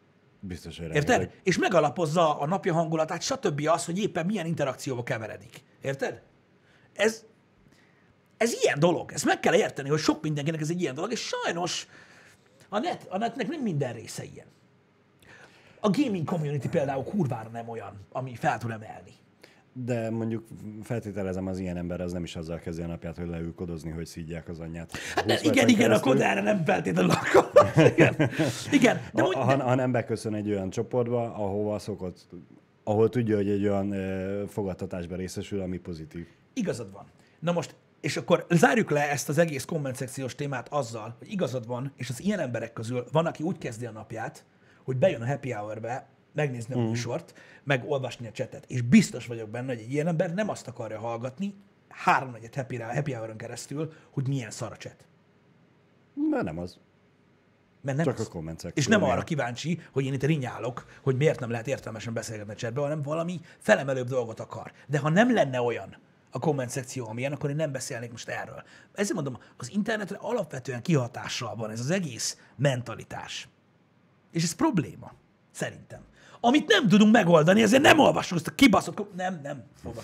Speaker 2: Biztos, hogy
Speaker 1: Érted?
Speaker 2: rengeteg.
Speaker 1: És megalapozza a napja hangulatát, stb. Az, hogy éppen milyen interakcióba keveredik. Érted? Ez, ez ilyen dolog. Ezt meg kell érteni, hogy sok mindenkinek ez egy ilyen dolog, és sajnos a, net, a netnek nem minden része ilyen. A gaming community például kurvára nem olyan, ami fel tud emelni.
Speaker 2: De mondjuk feltételezem, az ilyen ember az nem is azzal kezdi a napját, hogy leül kodozni, hogy szídják az anyját.
Speaker 1: Hát ne, igen, igen, a kodára nem feltétlenül alkalmas. Igen. igen. De
Speaker 2: Ha,
Speaker 1: mondj,
Speaker 2: ha,
Speaker 1: de,
Speaker 2: ha nem beköszön egy olyan csoportba, ahova szokott, ahol tudja, hogy egy olyan ö, fogadtatásban részesül, ami pozitív.
Speaker 1: igazad van. Na most, és akkor zárjuk le ezt az egész komment szekciós témát azzal, hogy igazad van, és az ilyen emberek közül van, aki úgy kezdi a napját, hogy bejön a happy hour-be, megnézni a
Speaker 2: Mm.
Speaker 1: műsort, meg olvasni a csetet. És biztos vagyok benne, hogy egy ilyen ember nem azt akarja hallgatni háromnegyed happy, happy hour-on keresztül, hogy milyen szar a cset.
Speaker 2: Mert nem az.
Speaker 1: Mert nem
Speaker 2: Csak
Speaker 1: az.
Speaker 2: a komment
Speaker 1: És
Speaker 2: szekció,
Speaker 1: nem
Speaker 2: igen.
Speaker 1: arra kíváncsi, hogy én itt rinyálok, hogy miért nem lehet értelmesen beszélgetni a csetbe, hanem valami felemelőbb dolgot akar. De ha nem lenne olyan a komment szekció, amilyen, akkor én nem beszélnék most erről. Ezért mondom, az internetre alapvetően kihatással van ez az egész mentalitás. És ez probléma, szerintem. Amit nem tudunk megoldani, ezért nem olvassuk ezt a kibaszott... kom- Nem, nem. Hova?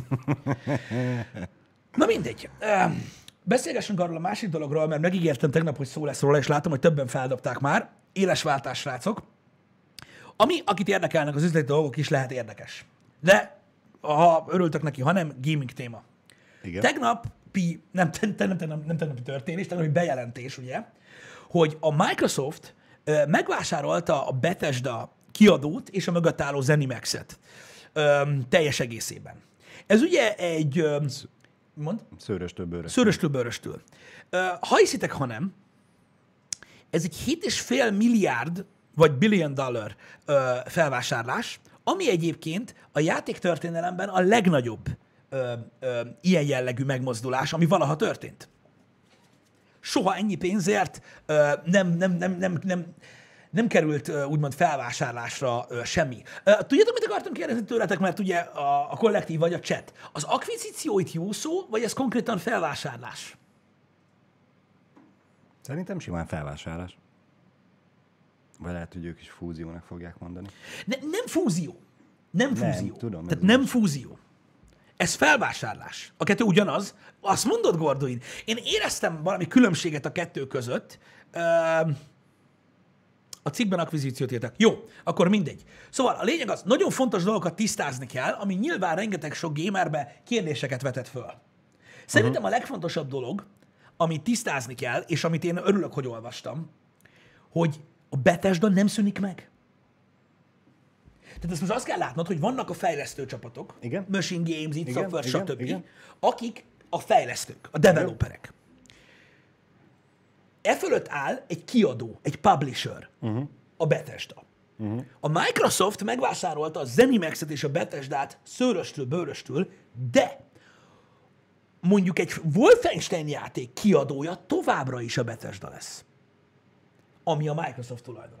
Speaker 1: Na mindegy. Öm, Beszélgessünk arról a másik dologról, mert megígértem tegnap, hogy szó lesz róla, és látom, hogy többen feldobták már. Éles váltás, srácok. Ami, akit érdekelnek az üzleti dolgok is, lehet érdekes. De, ha örültök neki, ha nem, gaming téma.
Speaker 2: Igen.
Speaker 1: Tegnap, pi, nem, nem, nem, nem, nem tegnapi történés, tegnapi bejelentés, ugye, hogy a Microsoft ö, megvásárolta a Bethesda kiadót és a mögött álló ZeniMax-et ö, teljes egészében. Ez ugye egy... Ö, mond?
Speaker 2: Szőröstől bőrös.
Speaker 1: Szöröstől bőröstől. Ö, Ha hiszitek, ha nem, ez egy hét és fél milliárd vagy billion dollar ö, felvásárlás, ami egyébként a játéktörténelemben a legnagyobb ö, ö, ilyen jellegű megmozdulás, ami valaha történt. Soha ennyi pénzért ö, nem, nem, nem, nem, nem, nem került ö, úgymond felvásárlásra ö, semmi. Ö, Tudjátok, mit akartam kérdezni tőletek, mert ugye a, a kollektív vagy a chat. Az akvizíció itt jó szó, vagy ez konkrétan felvásárlás?
Speaker 2: Szerintem simán felvásárlás. Vagy lehet, hogy ők is fúziónak fogják mondani.
Speaker 1: Ne, nem fúzió. Nem fúzió.
Speaker 2: tudom,
Speaker 1: Tehát
Speaker 2: ez
Speaker 1: nem fúzió. Ez felvásárlás. A kettő ugyanaz. Azt mondod, Gordoin. Én éreztem valami különbséget a kettő között. Ö, A cikkben akvizíciót írtak. Jó, akkor mindegy. Szóval a lényeg az, nagyon fontos dolgokat tisztázni kell, ami nyilván rengeteg sok gamerbe kérdéseket vetett föl. Szerintem uh-huh. a legfontosabb dolog, amit tisztázni kell, és amit én örülök, hogy olvastam, hogy a Bethesda nem szűnik meg. Tehát ezt most azt kell látnod, hogy vannak a fejlesztő csapatok,
Speaker 2: Igen.
Speaker 1: Machine Games, id
Speaker 2: Igen,
Speaker 1: Software,
Speaker 2: igen,
Speaker 1: stb.,
Speaker 2: igen.
Speaker 1: akik a fejlesztők, a developerek. E fölött áll egy kiadó, egy publisher, uh-huh. a Bethesda. Uh-huh. A Microsoft megvásárolta a ZeniMax-et és a Bethesdát szőröstől, bőröstől, de mondjuk egy Wolfenstein játék kiadója továbbra is a Bethesda lesz, ami a Microsoft tulajdona.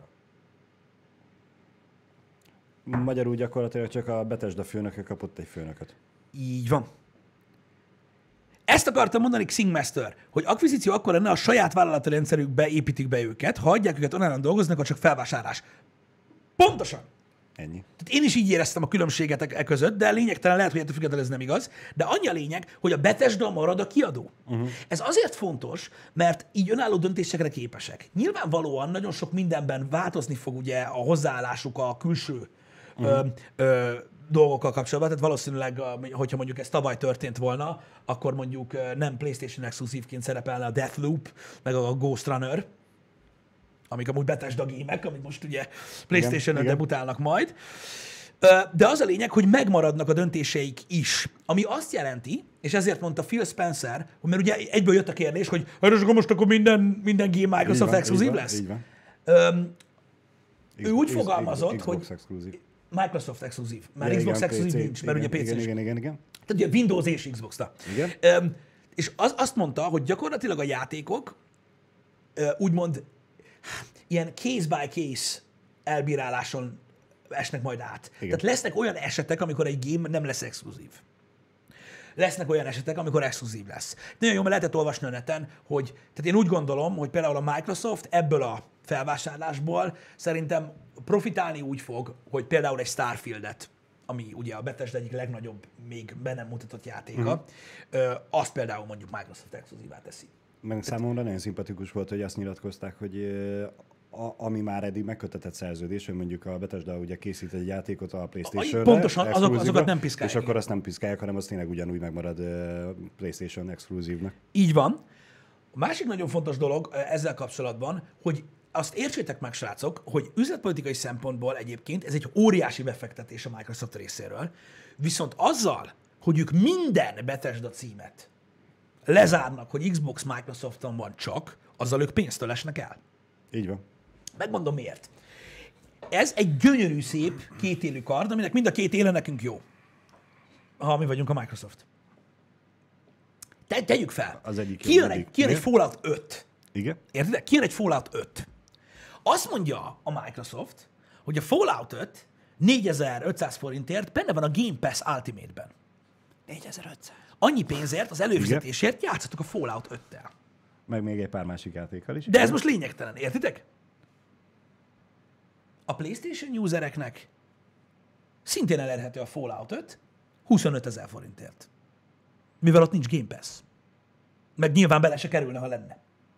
Speaker 2: Magyarul gyakorlatilag csak a Bethesda főnöke kapott egy főnököt.
Speaker 1: Így van. Ezt akartam mondani Xingmaster, hogy akvizíció akkor lenne, a saját vállalati rendszerükbe építik be őket, ha hagyják őket onnan dolgoznak, akkor csak felvásárlás. Pontosan.
Speaker 2: Ennyi.
Speaker 1: Tehát én is így éreztem a különbséget e között, de lényegtelen, lehet, hogy ettől függetlenül ez nem igaz, de annyi a lényeg, hogy a Bethesda marad a kiadó. Uh-huh. Ez azért fontos, mert így önálló döntésekre képesek. Nyilvánvalóan nagyon sok mindenben változni fog ugye a hozzáállásuk a külső uh-huh. ö, ö, dolgokkal kapcsolatban, tehát valószínűleg, hogyha mondjuk ez tavaly történt volna, akkor mondjuk nem PlayStation exkluzívként szerepelne a Deathloop, meg a Ghost Runner, amik amúgy Bethesda gémek, amik most ugye PlayStation-on debutálnak majd. De az a lényeg, hogy megmaradnak a döntéseik is, ami azt jelenti, és ezért mondta Phil Spencer, hogy mert ugye egyből jött a kérdés, hogy hát és akkor most akkor minden, minden game Microsoft
Speaker 2: van,
Speaker 1: exkluzív
Speaker 2: így van,
Speaker 1: lesz.
Speaker 2: Így van.
Speaker 1: Öm,
Speaker 2: X,
Speaker 1: ő úgy
Speaker 2: X,
Speaker 1: fogalmazott,
Speaker 2: Xbox
Speaker 1: hogy
Speaker 2: exkluzív.
Speaker 1: Microsoft exkluzív, mert
Speaker 2: Ja,
Speaker 1: Xbox
Speaker 2: igen,
Speaker 1: exkluzív
Speaker 2: pé cé,
Speaker 1: nincs, mert
Speaker 2: igen,
Speaker 1: ugye pé cé-s.
Speaker 2: Igen, igen, igen, igen.
Speaker 1: Tehát ugye Windows és Xbox.
Speaker 2: Igen.
Speaker 1: Öm, és az, azt mondta, hogy gyakorlatilag a játékok ö, úgymond ilyen case by case elbíráláson esnek majd át. Igen. Tehát lesznek olyan esetek, amikor egy game nem lesz exkluzív. Lesznek olyan esetek, amikor exkluzív lesz. Nagyon jó, mert lehetett olvasni a neten, hogy tehát én úgy gondolom, hogy például a Microsoft ebből a felvásárlásból szerintem profitálni úgy fog, hogy például egy Starfieldet, ami ugye a Bethesda egyik legnagyobb, még be nem mutatott játéka, uh-huh. azt például mondjuk Microsoft exkluzívá teszi.
Speaker 2: Meg számomra nagyon szimpatikus volt, hogy azt nyilatkozták, hogy a, ami már eddig megkötetett szerződés, hogy mondjuk a Bethesda ugye készít egy játékot a PlayStation-re.
Speaker 1: Pontosan, azok, azokat nem piszkálják.
Speaker 2: És akkor azt nem piszkálják, hanem az tényleg ugyanúgy megmarad PlayStation exkluzívnak.
Speaker 1: Így van. A másik nagyon fontos dolog ezzel kapcsolatban, hogy azt értsétek meg, srácok, hogy üzletpolitikai szempontból egyébként ez egy óriási befektetés a Microsoft részéről, viszont azzal, hogy ők minden Bethesda címet lezárnak, hogy Xbox Microsofton van csak, azzal ők pénztől esnek el.
Speaker 2: Így van. Megmondom
Speaker 1: miért. Ez egy gyönyörű, szép kétélű kard, aminek mind a két éle nekünk jó, ha mi vagyunk a Microsoft. Te, tegyük fel.
Speaker 2: Az egyik
Speaker 1: kijön egy, kijön egy Fallout öt.
Speaker 2: Igen.
Speaker 1: Érted? Kijön egy Fallout öt. Azt mondja a Microsoft, hogy a Fallout öt négyezer-ötszáz forintért benne van a Game Pass Ultimate-ben. négyezer-ötszáz. Annyi pénzért, az előfizetésért játszatok a Fallout öttel.
Speaker 2: Meg még egy pár másik játékkal is.
Speaker 1: De ez most lényegtelen, értitek? A PlayStation usereknek szintén elérhető a Fallout öt huszonötezer forintért. Mivel ott nincs Game Pass. Meg nyilván bele se kerülne, ha lenne.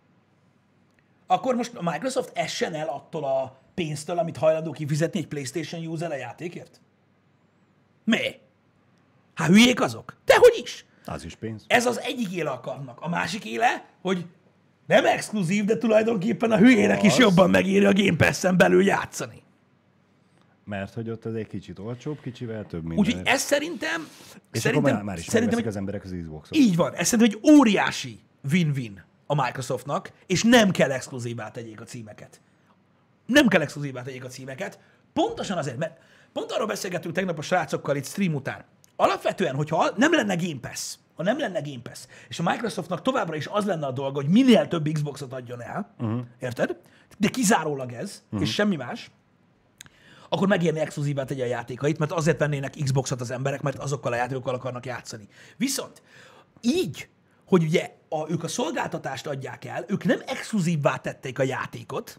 Speaker 1: Akkor most a Microsoft essen el attól a pénztől, amit hajlandó kifizetni egy PlayStation user a játékért? Mi? Hát hülyék azok? Dehogy is!
Speaker 2: Az is pénz.
Speaker 1: Ez az egyik éle a karnak. A másik éle, hogy nem exkluzív, de tulajdonképpen a hülyének az... is jobban megéri a Game Pass-en belül játszani.
Speaker 2: Mert hogy ott az egy kicsit olcsóbb, kicsivel több minden.
Speaker 1: Úgyhogy ez szerintem...
Speaker 2: És
Speaker 1: szerintem,
Speaker 2: akkor már is
Speaker 1: szerintem egy,
Speaker 2: az emberek az Xboxot.
Speaker 1: Így van. Ez szerintem egy óriási win-win a Microsoftnak, és nem kell exkluzívá tegyék a címeket. Nem kell exkluzívá tegyék a címeket. Pontosan azért, mert pont arról beszélgettünk tegnap a srácokkal itt stream után. Alapvetően, hogyha nem lenne Game Pass, ha nem lenne Game Pass, és a Microsoftnak továbbra is az lenne a dolga, hogy minél több Xboxot adjon el, uh-huh. érted? De kizárólag ez, uh-huh. és semmi más, akkor megérni exkluzívá tegye a játékait, mert azért vennének Xboxot az emberek, mert azokkal a játékokkal akarnak játszani. Viszont így, hogy ugye a, ők a szolgáltatást adják el, ők nem exkluzívvá tették a játékot,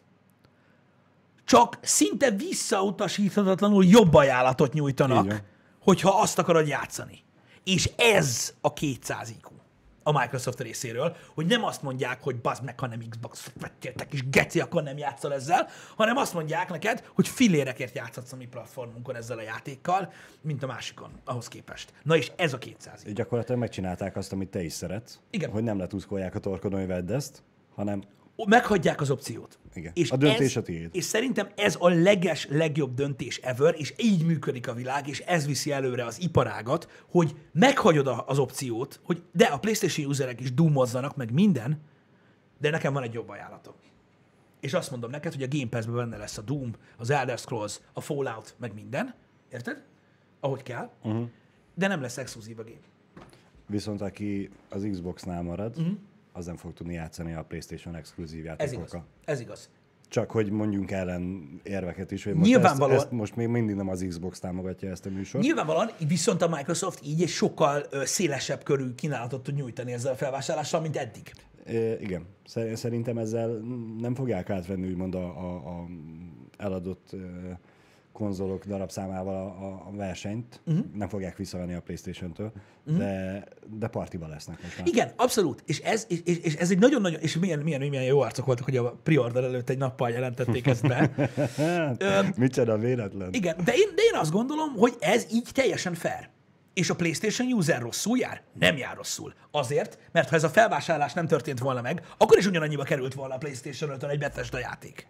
Speaker 1: csak szinte visszautasíthatatlanul jobb ajánlatot nyújtanak, hogyha azt akarod játszani. És ez a kétszáz i kú a Microsoft részéről, hogy nem azt mondják, hogy bazd meg, ha nem Xbox vettétek, és geci, akkor nem játszol ezzel, hanem azt mondják neked, hogy fillérekért játszhatsz a mi platformunkon ezzel a játékkal, mint a másikon, ahhoz képest. Na és ez a kétszáz i kú.
Speaker 2: Gyakorlatilag megcsinálták azt, amit te is szeretsz.
Speaker 1: Igen.
Speaker 2: Hogy nem letuszkolják a torkodon, hogy vedd ezt, hanem...
Speaker 1: Meghagyják az opciót.
Speaker 2: Igen.
Speaker 1: És
Speaker 2: a döntés
Speaker 1: ez,
Speaker 2: a tiéd.
Speaker 1: És szerintem ez a leges, legjobb döntés ever, és így működik a világ, és ez viszi előre az iparágat, hogy meghagyod az opciót, hogy de a PlayStation userek is doomozzanak, meg minden, de nekem van egy jobb ajánlatom. És azt mondom neked, hogy a Game Pass-ben benne lesz a Doom, az Elder Scrolls, a Fallout, meg minden. Érted? Ahogy kell. Uh-huh. De nem lesz exkluzív a game.
Speaker 2: Viszont aki az Xboxnál marad, uh-huh. az nem fog tudni játszani a PlayStation exkluzív játékokkal.
Speaker 1: Ez igaz. Ez igaz.
Speaker 2: Csak hogy mondjunk ellen érveket is, hogy most, ezt, ezt most még mindig nem az Xbox támogatja ezt a műsort.
Speaker 1: Nyilvánvalóan, viszont a Microsoft így egy sokkal ö, szélesebb körű kínálatot tud nyújtani ezzel a felvásárlással, mint eddig.
Speaker 2: É, igen. Szerintem ezzel nem fogják átvenni úgymond a, a, a eladott konzolok darabszámával a, a versenyt, uh-huh. nem fogják visszavenni a PlayStation-től, uh-huh. de, de partiban lesznek most már.
Speaker 1: Igen, abszolút. És ez, és, és ez egy nagyon-nagyon, és milyen, milyen, milyen jó arcok voltak, hogy a pre-order előtt egy nappal jelentették ezt be.
Speaker 2: Micsoda véletlen.
Speaker 1: Igen, de én, de én azt gondolom, hogy ez így teljesen fair. És a PlayStation user rosszul jár? Nem jár rosszul. Azért, mert ha ez a felvásárlás nem történt volna meg, akkor is ugyanannyiba került volna a PlayStation ötön egy Bethesda játék.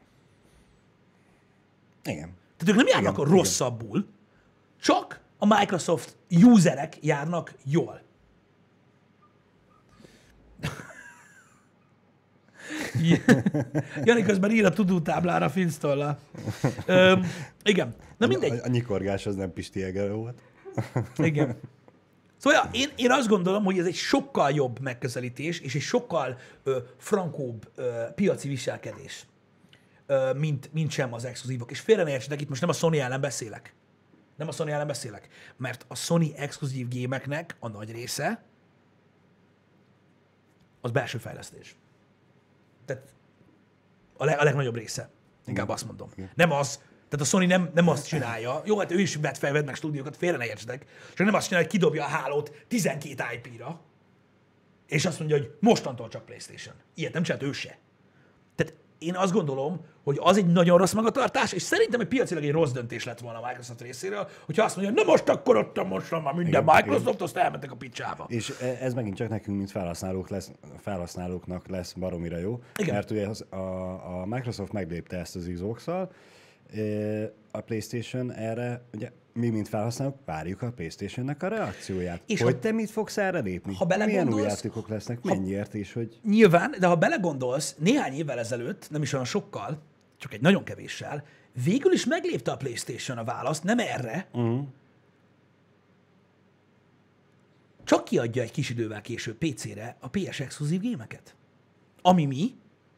Speaker 2: Igen.
Speaker 1: Tehát ők nem járnak igen, rosszabbul, igen. Csak a Microsoft userek járnak jól. Jani közben ír a tudótáblára Finstollal. Igen. Na mindegy.
Speaker 2: A, a nyikorgás az nem Pisti Eger volt.
Speaker 1: Igen. Szóval ja, én, én azt gondolom, hogy ez egy sokkal jobb megközelítés, és egy sokkal ö, frankóbb ö, piaci viselkedés, ö, mint, mint sem az exkluzívok. És félre ne értsetek, itt most nem a Sony ellen beszélek. Nem a Sony ellen beszélek. Mert a Sony exkluzív gémeknek a nagy része az belső fejlesztés. Tehát A, le, a legnagyobb része. Inkább azt mondom. Nem az, tehát a Sony nem, nem azt csinálja, jó, hát ő is vett fel, vett meg stúdiókat, félre ne értsetek, csak nem azt csinálja, hogy kidobja a hálót tizenkét i pé-ra, és azt mondja, hogy mostantól csak PlayStation. Ilyet nem csinált ő se. Tehát én azt gondolom, hogy az egy nagyon rossz magatartás, és szerintem egy piacilag egy rossz döntés lett volna a Microsoft részéről, hogyha azt mondja, na most akkor ott most már minden igen, Microsoft, igen. Azt elmentek a picsába.
Speaker 2: És ez megint csak nekünk, mint felhasználók lesz, felhasználóknak lesz baromira jó, igen. Mert ugye az, a, a Microsoft meglépte ezt az Xbox-szal, a PlayStation erre, ugye mi, mint felhasználók, várjuk a PlayStation-nek a reakcióját. És hogy ha, te mit fogsz erre lépni? Ha milyen új játékok lesznek, ha, mennyiért és hogy...
Speaker 1: Nyilván, de ha belegondolsz, néhány évvel ezelőtt, nem is olyan sokkal, csak egy nagyon kevéssel, végül is meglépte a PlayStation a választ, nem erre, uh-huh. csak kiadja egy kis idővel később pé cére a pé es exkluzív gémeket. Ami mi?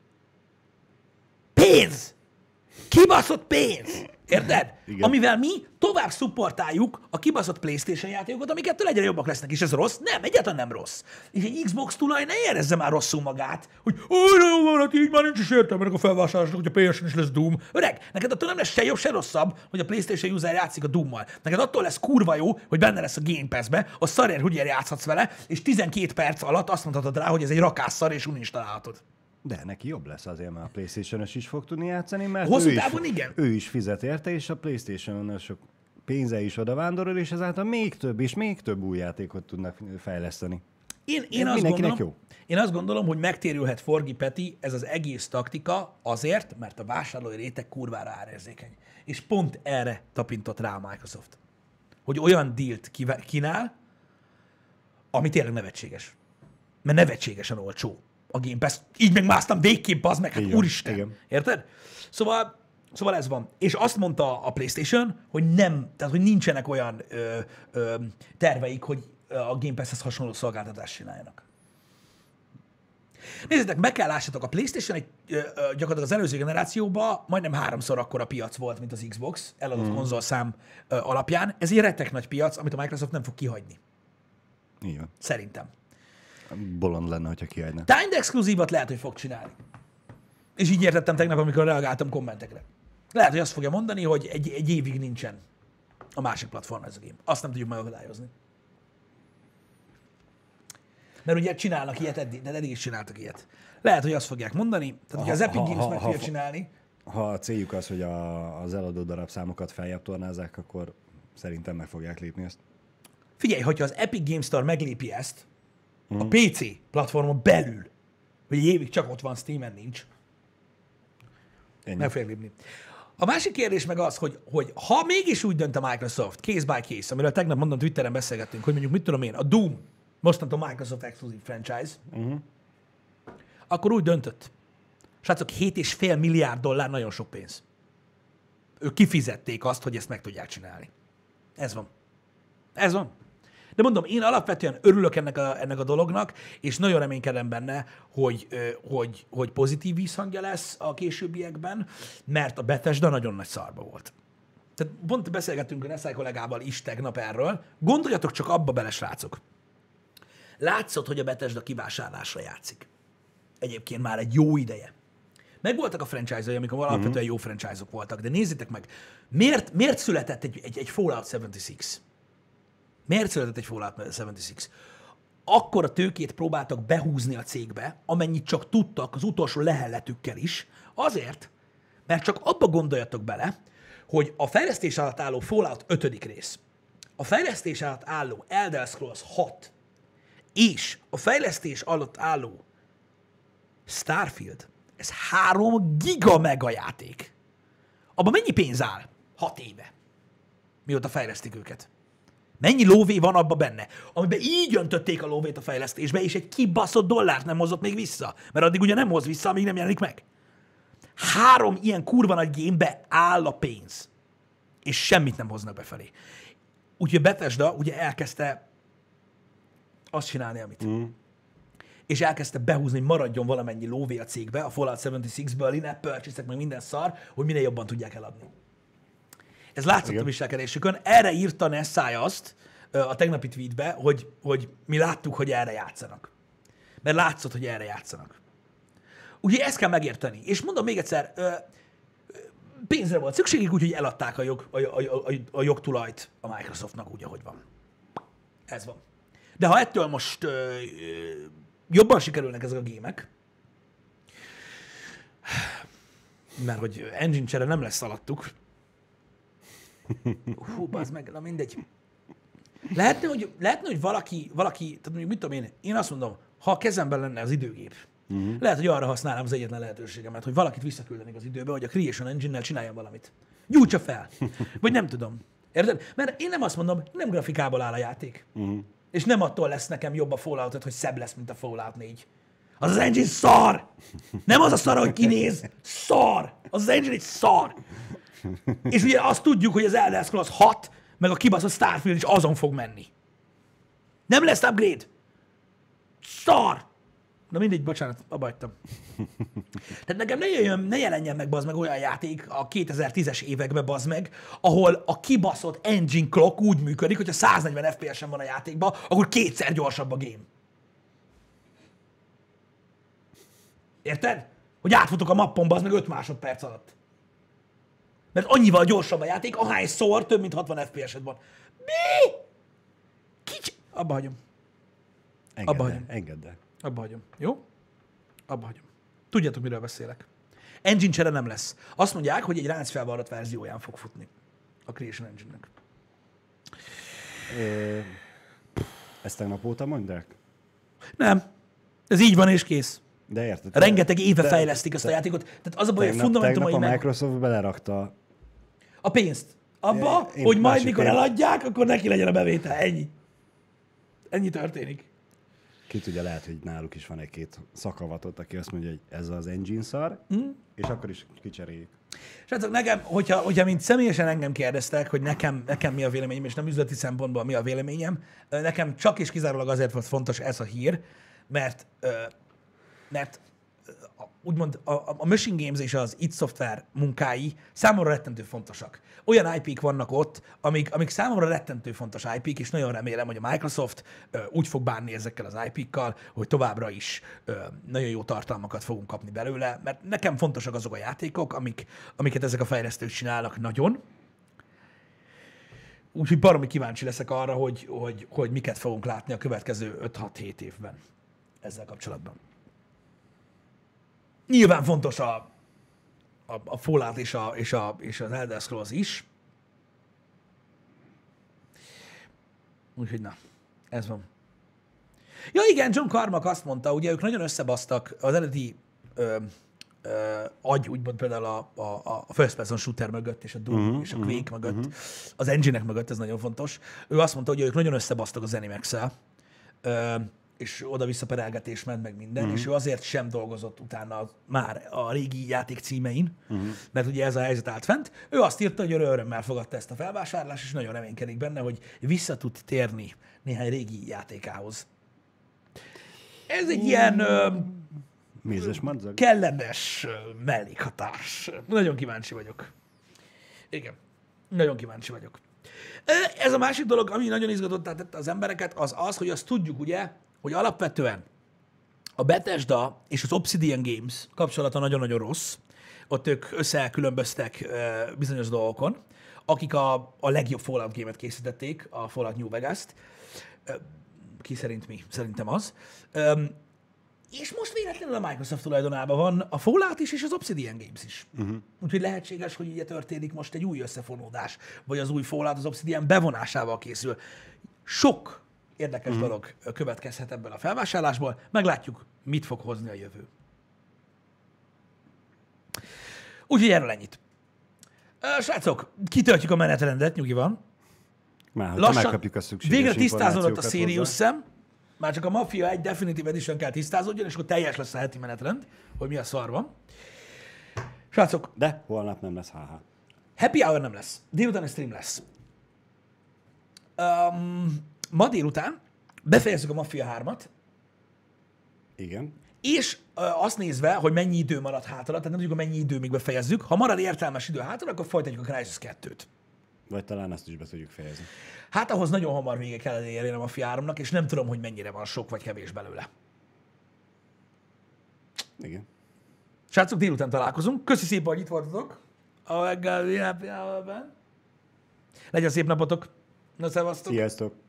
Speaker 1: Pénz! Kibaszott pénz! Érted? Igen. Amivel mi tovább szupportáljuk a kibaszott PlayStation játékokat, amikettől egyre jobbak lesznek. És ez rossz? Nem, egyáltalán nem rossz. És egy Xbox tulaj ne érezze már rosszul magát, hogy olyan jó van, hát így már nincs is értelme ennek a felvásárlásnak, hogy a pé es-en is lesz Doom. Öreg, neked attól nem lesz se jobb, se rosszabb, hogy a PlayStation user játszik a Doommal. Neked attól lesz kurva jó, hogy benne lesz a Game Pass-be, a szarér hügyér játszhatsz vele, és tizenkét perc alatt azt mondhatod rá, hogy ez egy rakásszar, és uninstalálhatod.
Speaker 2: De neki jobb lesz azért, mert a PlayStation-ös is fog tudni játszani, mert
Speaker 1: hosszú
Speaker 2: ő,
Speaker 1: távon,
Speaker 2: is,
Speaker 1: igen.
Speaker 2: ő is fizet érte, és a PlayStation-ösök pénze is oda vándorol, és ezáltal még több és még több új játékot tudnak fejleszteni.
Speaker 1: Én, én, azt gondolom, jó. én azt gondolom, hogy megtérülhet Forgi Peti ez az egész taktika azért, mert a vásárlói réteg kurvára árérzékeny. És pont erre tapintott rá a Microsoft. Hogy olyan dílt kínál, ami tényleg nevetséges. Mert nevetségesen olcsó a Game Pass. Így megmásztam végképp, az meg, hát igen, úristen. Igen. Érted? Szóval, szóval ez van. És azt mondta a PlayStation, hogy nem, tehát hogy nincsenek olyan ö, ö, terveik, hogy a Game Pass-hez hasonló szolgáltatást csináljanak. Nézzétek, meg kell lássatok, a PlayStation egy, ö, ö, gyakorlatilag az előző generációban majdnem háromszor akkora piac volt, mint az Xbox, eladott mm. konzolszám ö, alapján. Ez egy rettek nagy piac, amit a Microsoft nem fog kihagyni.
Speaker 2: Igen.
Speaker 1: Szerintem.
Speaker 2: Bolond lenne, hogyha kihagyna.
Speaker 1: Timed exkluzívat lehet, hogy fog csinálni. És így értettem tegnap, amikor reagáltam kommentekre. Lehet, hogy azt fogja mondani, hogy egy, egy évig nincsen a másik platform ez a game. Azt nem tudjuk megakadályozni. Mert ugye csinálnak ilyet eddig, de eddig is csináltak ilyet. Lehet, hogy azt fogják mondani, tehát ugye az Epic Games meg fogja csinálni.
Speaker 2: Ha a céljuk az, hogy a, az eladó darabszámokat feljebb tornázzák, akkor szerintem meg fogják lépni ezt.
Speaker 1: Figyelj, hogyha az Epic Games Store meglépi ezt, a pé cé platformon belül, hogy egy évig csak ott van, Steamen nincs, ennyi. Meg fogják lépni. A másik kérdés meg az, hogy, hogy ha mégis úgy dönt a Microsoft, case by case, amiről tegnap mondom, Twitteren beszélgettünk, hogy mondjuk mit tudom én, a Doom, mostantól Microsoft Exclusive Franchise, uh-huh. akkor úgy döntött. Srácok, hét és fél milliárd dollár nagyon sok pénz. Ők kifizették azt, hogy ezt meg tudják csinálni. Ez van. Ez van. De mondom, én alapvetően örülök ennek a, ennek a dolognak, és nagyon reménykedem benne, hogy, hogy, hogy pozitív visszhangja lesz a későbbiekben, mert a Bethesda nagyon nagy szarba volt. Tehát pont beszélgettünk a Nessai kollégával is tegnap erről. Gondoljatok csak abba bele, srácok. Látszott, hogy a Bethesda kivásárlásra játszik. Egyébként már egy jó ideje. Megvoltak a franchise-ai, amikor uh-huh. alapvetően jó franchise-ok voltak, de nézzétek meg, miért, miért született egy, egy, egy Fallout hetvenhat? Miért született egy Fallout hetvenhat? Akkor a tőkét próbáltak behúzni a cégbe, amennyit csak tudtak az utolsó lehelletükkel is, azért, mert csak abba gondoljatok bele, hogy a fejlesztés alatt álló Fallout ötödik rész, a fejlesztés alatt álló Elder Scrolls hat és a fejlesztés alatt álló Starfield, ez három giga mega játék. Abban mennyi pénz áll? Hat éve. Mióta fejlesztik őket. Mennyi lóvé van abba benne? Amiben így öntötték a lóvét a fejlesztésbe, és egy kibaszott dollárt nem hozott még vissza. Mert addig ugye nem hoz vissza, amíg nem jelenik meg. Három ilyen kurva nagy gamebe áll a pénz. És semmit nem hoznak befelé. Úgyhogy Bethesda ugye elkezdte azt csinálni, amit. Mm. És elkezdte behúzni, hogy maradjon valamennyi lóvé a cégbe, a Fallout hetvenhatből, in-app purchase-ek, meg minden szar, hogy minél jobban tudják eladni. Ez látszott igen. a viselkedésükön. Erre írta Nessai azt a tegnapi tweetbe, hogy, hogy mi láttuk, hogy erre játszanak. Mert látszott, hogy erre játszanak. Úgyhogy ezt kell megérteni. És mondom még egyszer, ö, pénzre volt szükségük, úgyhogy eladták a, jog, a, a, a, a jogtulajt a Microsoftnak úgy, ahogy van. Ez van. De ha ettől most ö, ö, jobban sikerülnek ezek a gémek, mert hogy engine csere nem lesz alattuk. Hú, bazd meg, na mindegy. Lehetne, hogy, lehetne, hogy valaki, valaki, tehát mondjuk mit tudom én, én azt mondom, ha a kezemben lenne az időgép, uh-huh. lehet, hogy arra használnám az egyetlen lehetőségemet, hogy valakit visszaküldenék az időbe, hogy a Creation Engine-nel csináljon valamit. Gyújtsa fel. Vagy nem tudom. Érted? Mert én nem azt mondom, nem grafikából áll a játék. Uh-huh. És nem attól lesz nekem jobb a Fallout, hogy szebb lesz, mint a Fallout négy. Az az engine szar! Nem az a szar, hogy kinéz. Szar! Az az engine egy szar! És ugye azt tudjuk, hogy az Elder Scrolls hat, meg a kibaszott Starfield is azon fog menni. Nem lesz upgrade. Szar! Na mindegy, bocsánat, abba hagytam. Tehát nekem ne, jöjjön, ne jelenjen meg, bazd meg, olyan játék a kétezer-tízes években, bazd meg, ahol a kibaszott engine clock úgy működik, hogyha száznegyven ef pé es-en van a játékban, akkor kétszer gyorsabb a game. Érted? Hogy átfutok a mappon, bazd meg öt másodperc alatt. Mert annyival gyorsabb a játék, ahányszor több mint hatvan ef pé es-ed van. Mi? Kicsi... Abba hagyom.
Speaker 2: Engedd
Speaker 1: Abba
Speaker 2: el,
Speaker 1: hagyom.
Speaker 2: engedd el.
Speaker 1: Abba hagyom. Jó? Abba hagyom. Tudjátok, miről beszélek. Engine csere nem lesz. Azt mondják, hogy egy ráncfelvarrat verzióján fog futni a Creation Engine-nek.
Speaker 2: É, ezt tegnap óta mondják?
Speaker 1: Nem. Ez így van és kész.
Speaker 2: De érted?
Speaker 1: Rengeteg éve
Speaker 2: de,
Speaker 1: fejlesztik ezt a játékot. Tehát az a baj, hogy a
Speaker 2: tegnap,
Speaker 1: fundamentumai
Speaker 2: tegnap a
Speaker 1: meg...
Speaker 2: Microsoft belerakta.
Speaker 1: A pénzt. Abba,
Speaker 2: Én
Speaker 1: hogy majd
Speaker 2: másik
Speaker 1: mikor
Speaker 2: pénz.
Speaker 1: eladják, akkor neki legyen a bevétel. Ennyi. Ennyi történik.
Speaker 2: Ki tudja, lehet, hogy náluk is van egy-két szakavatot, aki azt mondja, hogy ez az engine szar, mm. és akkor is kicseréljük.
Speaker 1: Srácok, nekem, hogyha, hogyha mint személyesen engem kérdeztek, hogy nekem, nekem mi a véleményem, és nem üzleti szempontból mi a véleményem, nekem csak és kizárólag azért volt fontos ez a hír, mert, mert úgymond a, a Machine Games és az id Software munkái számomra rettentő fontosak. Olyan i pé-k vannak ott, amik, amik számomra rettentő fontos i pé-k, és nagyon remélem, hogy a Microsoft ö, úgy fog bánni ezekkel az i pé-kkal, hogy továbbra is ö, nagyon jó tartalmakat fogunk kapni belőle, mert nekem fontosak azok a játékok, amik, amiket ezek a fejlesztők csinálnak nagyon. Úgyhogy baromi kíváncsi leszek arra, hogy, hogy, hogy miket fogunk látni a következő öt-hat-hét évben ezzel kapcsolatban. Nyilván fontos a, a, a Fallout és, a, és, a, és az Elder Scrolls is. Úgyhogy na, ez van. Ja igen, John Carmack azt mondta, ugye ők nagyon összebasztak az eredeti ö, ö, agy, úgymond például a, a, a first person shooter mögött, és a Doom, uh-huh, és a Quake uh-huh, mögött, uh-huh. az engine-ek mögött, ez nagyon fontos. Ő azt mondta, hogy ők nagyon összebasztak az Zenimax-el, ö, és oda-vissza perelgetés ment meg minden, uh-huh. és ő azért sem dolgozott utána már a régi játék címein, uh-huh. mert ugye ez a helyzet állt fent. Ő azt írta, hogy örömmel fogadta ezt a felvásárlást, és nagyon reménykedik benne, hogy vissza tud térni néhány régi játékához. Ez egy ilyen ö,
Speaker 2: Mézes madzag.
Speaker 1: kellemes ö, mellékhatás. Nagyon kíváncsi vagyok. Igen, nagyon kíváncsi vagyok. Ez a másik dolog, ami nagyon izgatottá tette az embereket, az az, hogy azt tudjuk ugye, hogy alapvetően a Bethesda és az Obsidian Games kapcsolata nagyon-nagyon rossz. Ott ők összekülönböztek bizonyos dolgokon, akik a, a legjobb Fallout gémet készítették, a Fallout New Vegas-t. Ki szerint mi? Szerintem az. És most véletlenül a Microsoft tulajdonában van a Fallout is, és az Obsidian Games is. Uh-huh. Úgyhogy lehetséges, hogy ugye történik most egy új összefonódás, vagy az új Fallout az Obsidian bevonásával készül. Sok érdekes uh-huh. dolog következhet ebből a felvásárlásból. Meglátjuk, mit fog hozni a jövő. Úgyhogy erről ennyit. Srácok, kitöltjük a menetrendet, nyugi van.
Speaker 2: Már, hogyha megkapjuk a szükséges
Speaker 1: végre tisztázódott a
Speaker 2: információkat
Speaker 1: Serious
Speaker 2: hozzá.
Speaker 1: szem. Már csak a Mafia egy Definitive Edition kell tisztázódjon, és akkor teljes lesz a heti menetrend, hogy mi a szar van. Srácok,
Speaker 2: De holnap nem lesz há há.
Speaker 1: happy hour nem lesz. Délutáni stream lesz. Um, ma délután befejezzük a Mafia hármat,
Speaker 2: Igen.
Speaker 1: és uh, azt nézve, hogy mennyi idő marad hátra, tehát nem tudjuk, hogy mennyi idő még befejezzük. Ha marad értelmes idő hátra, akkor folytatjuk a Crysis kettőt.
Speaker 2: Vagy talán ezt is be tudjuk fejezni.
Speaker 1: Hát ahhoz nagyon hamar vége kellene érni a Mafia háromnak, és nem tudom, hogy mennyire van sok vagy kevés belőle.
Speaker 2: Igen.
Speaker 1: Srácok, délután találkozunk. Köszi szépen, hogy itt voltatok a reggel happy hour-ben. Legyen szép napotok. Na, szevasztok.
Speaker 2: Sziasztok!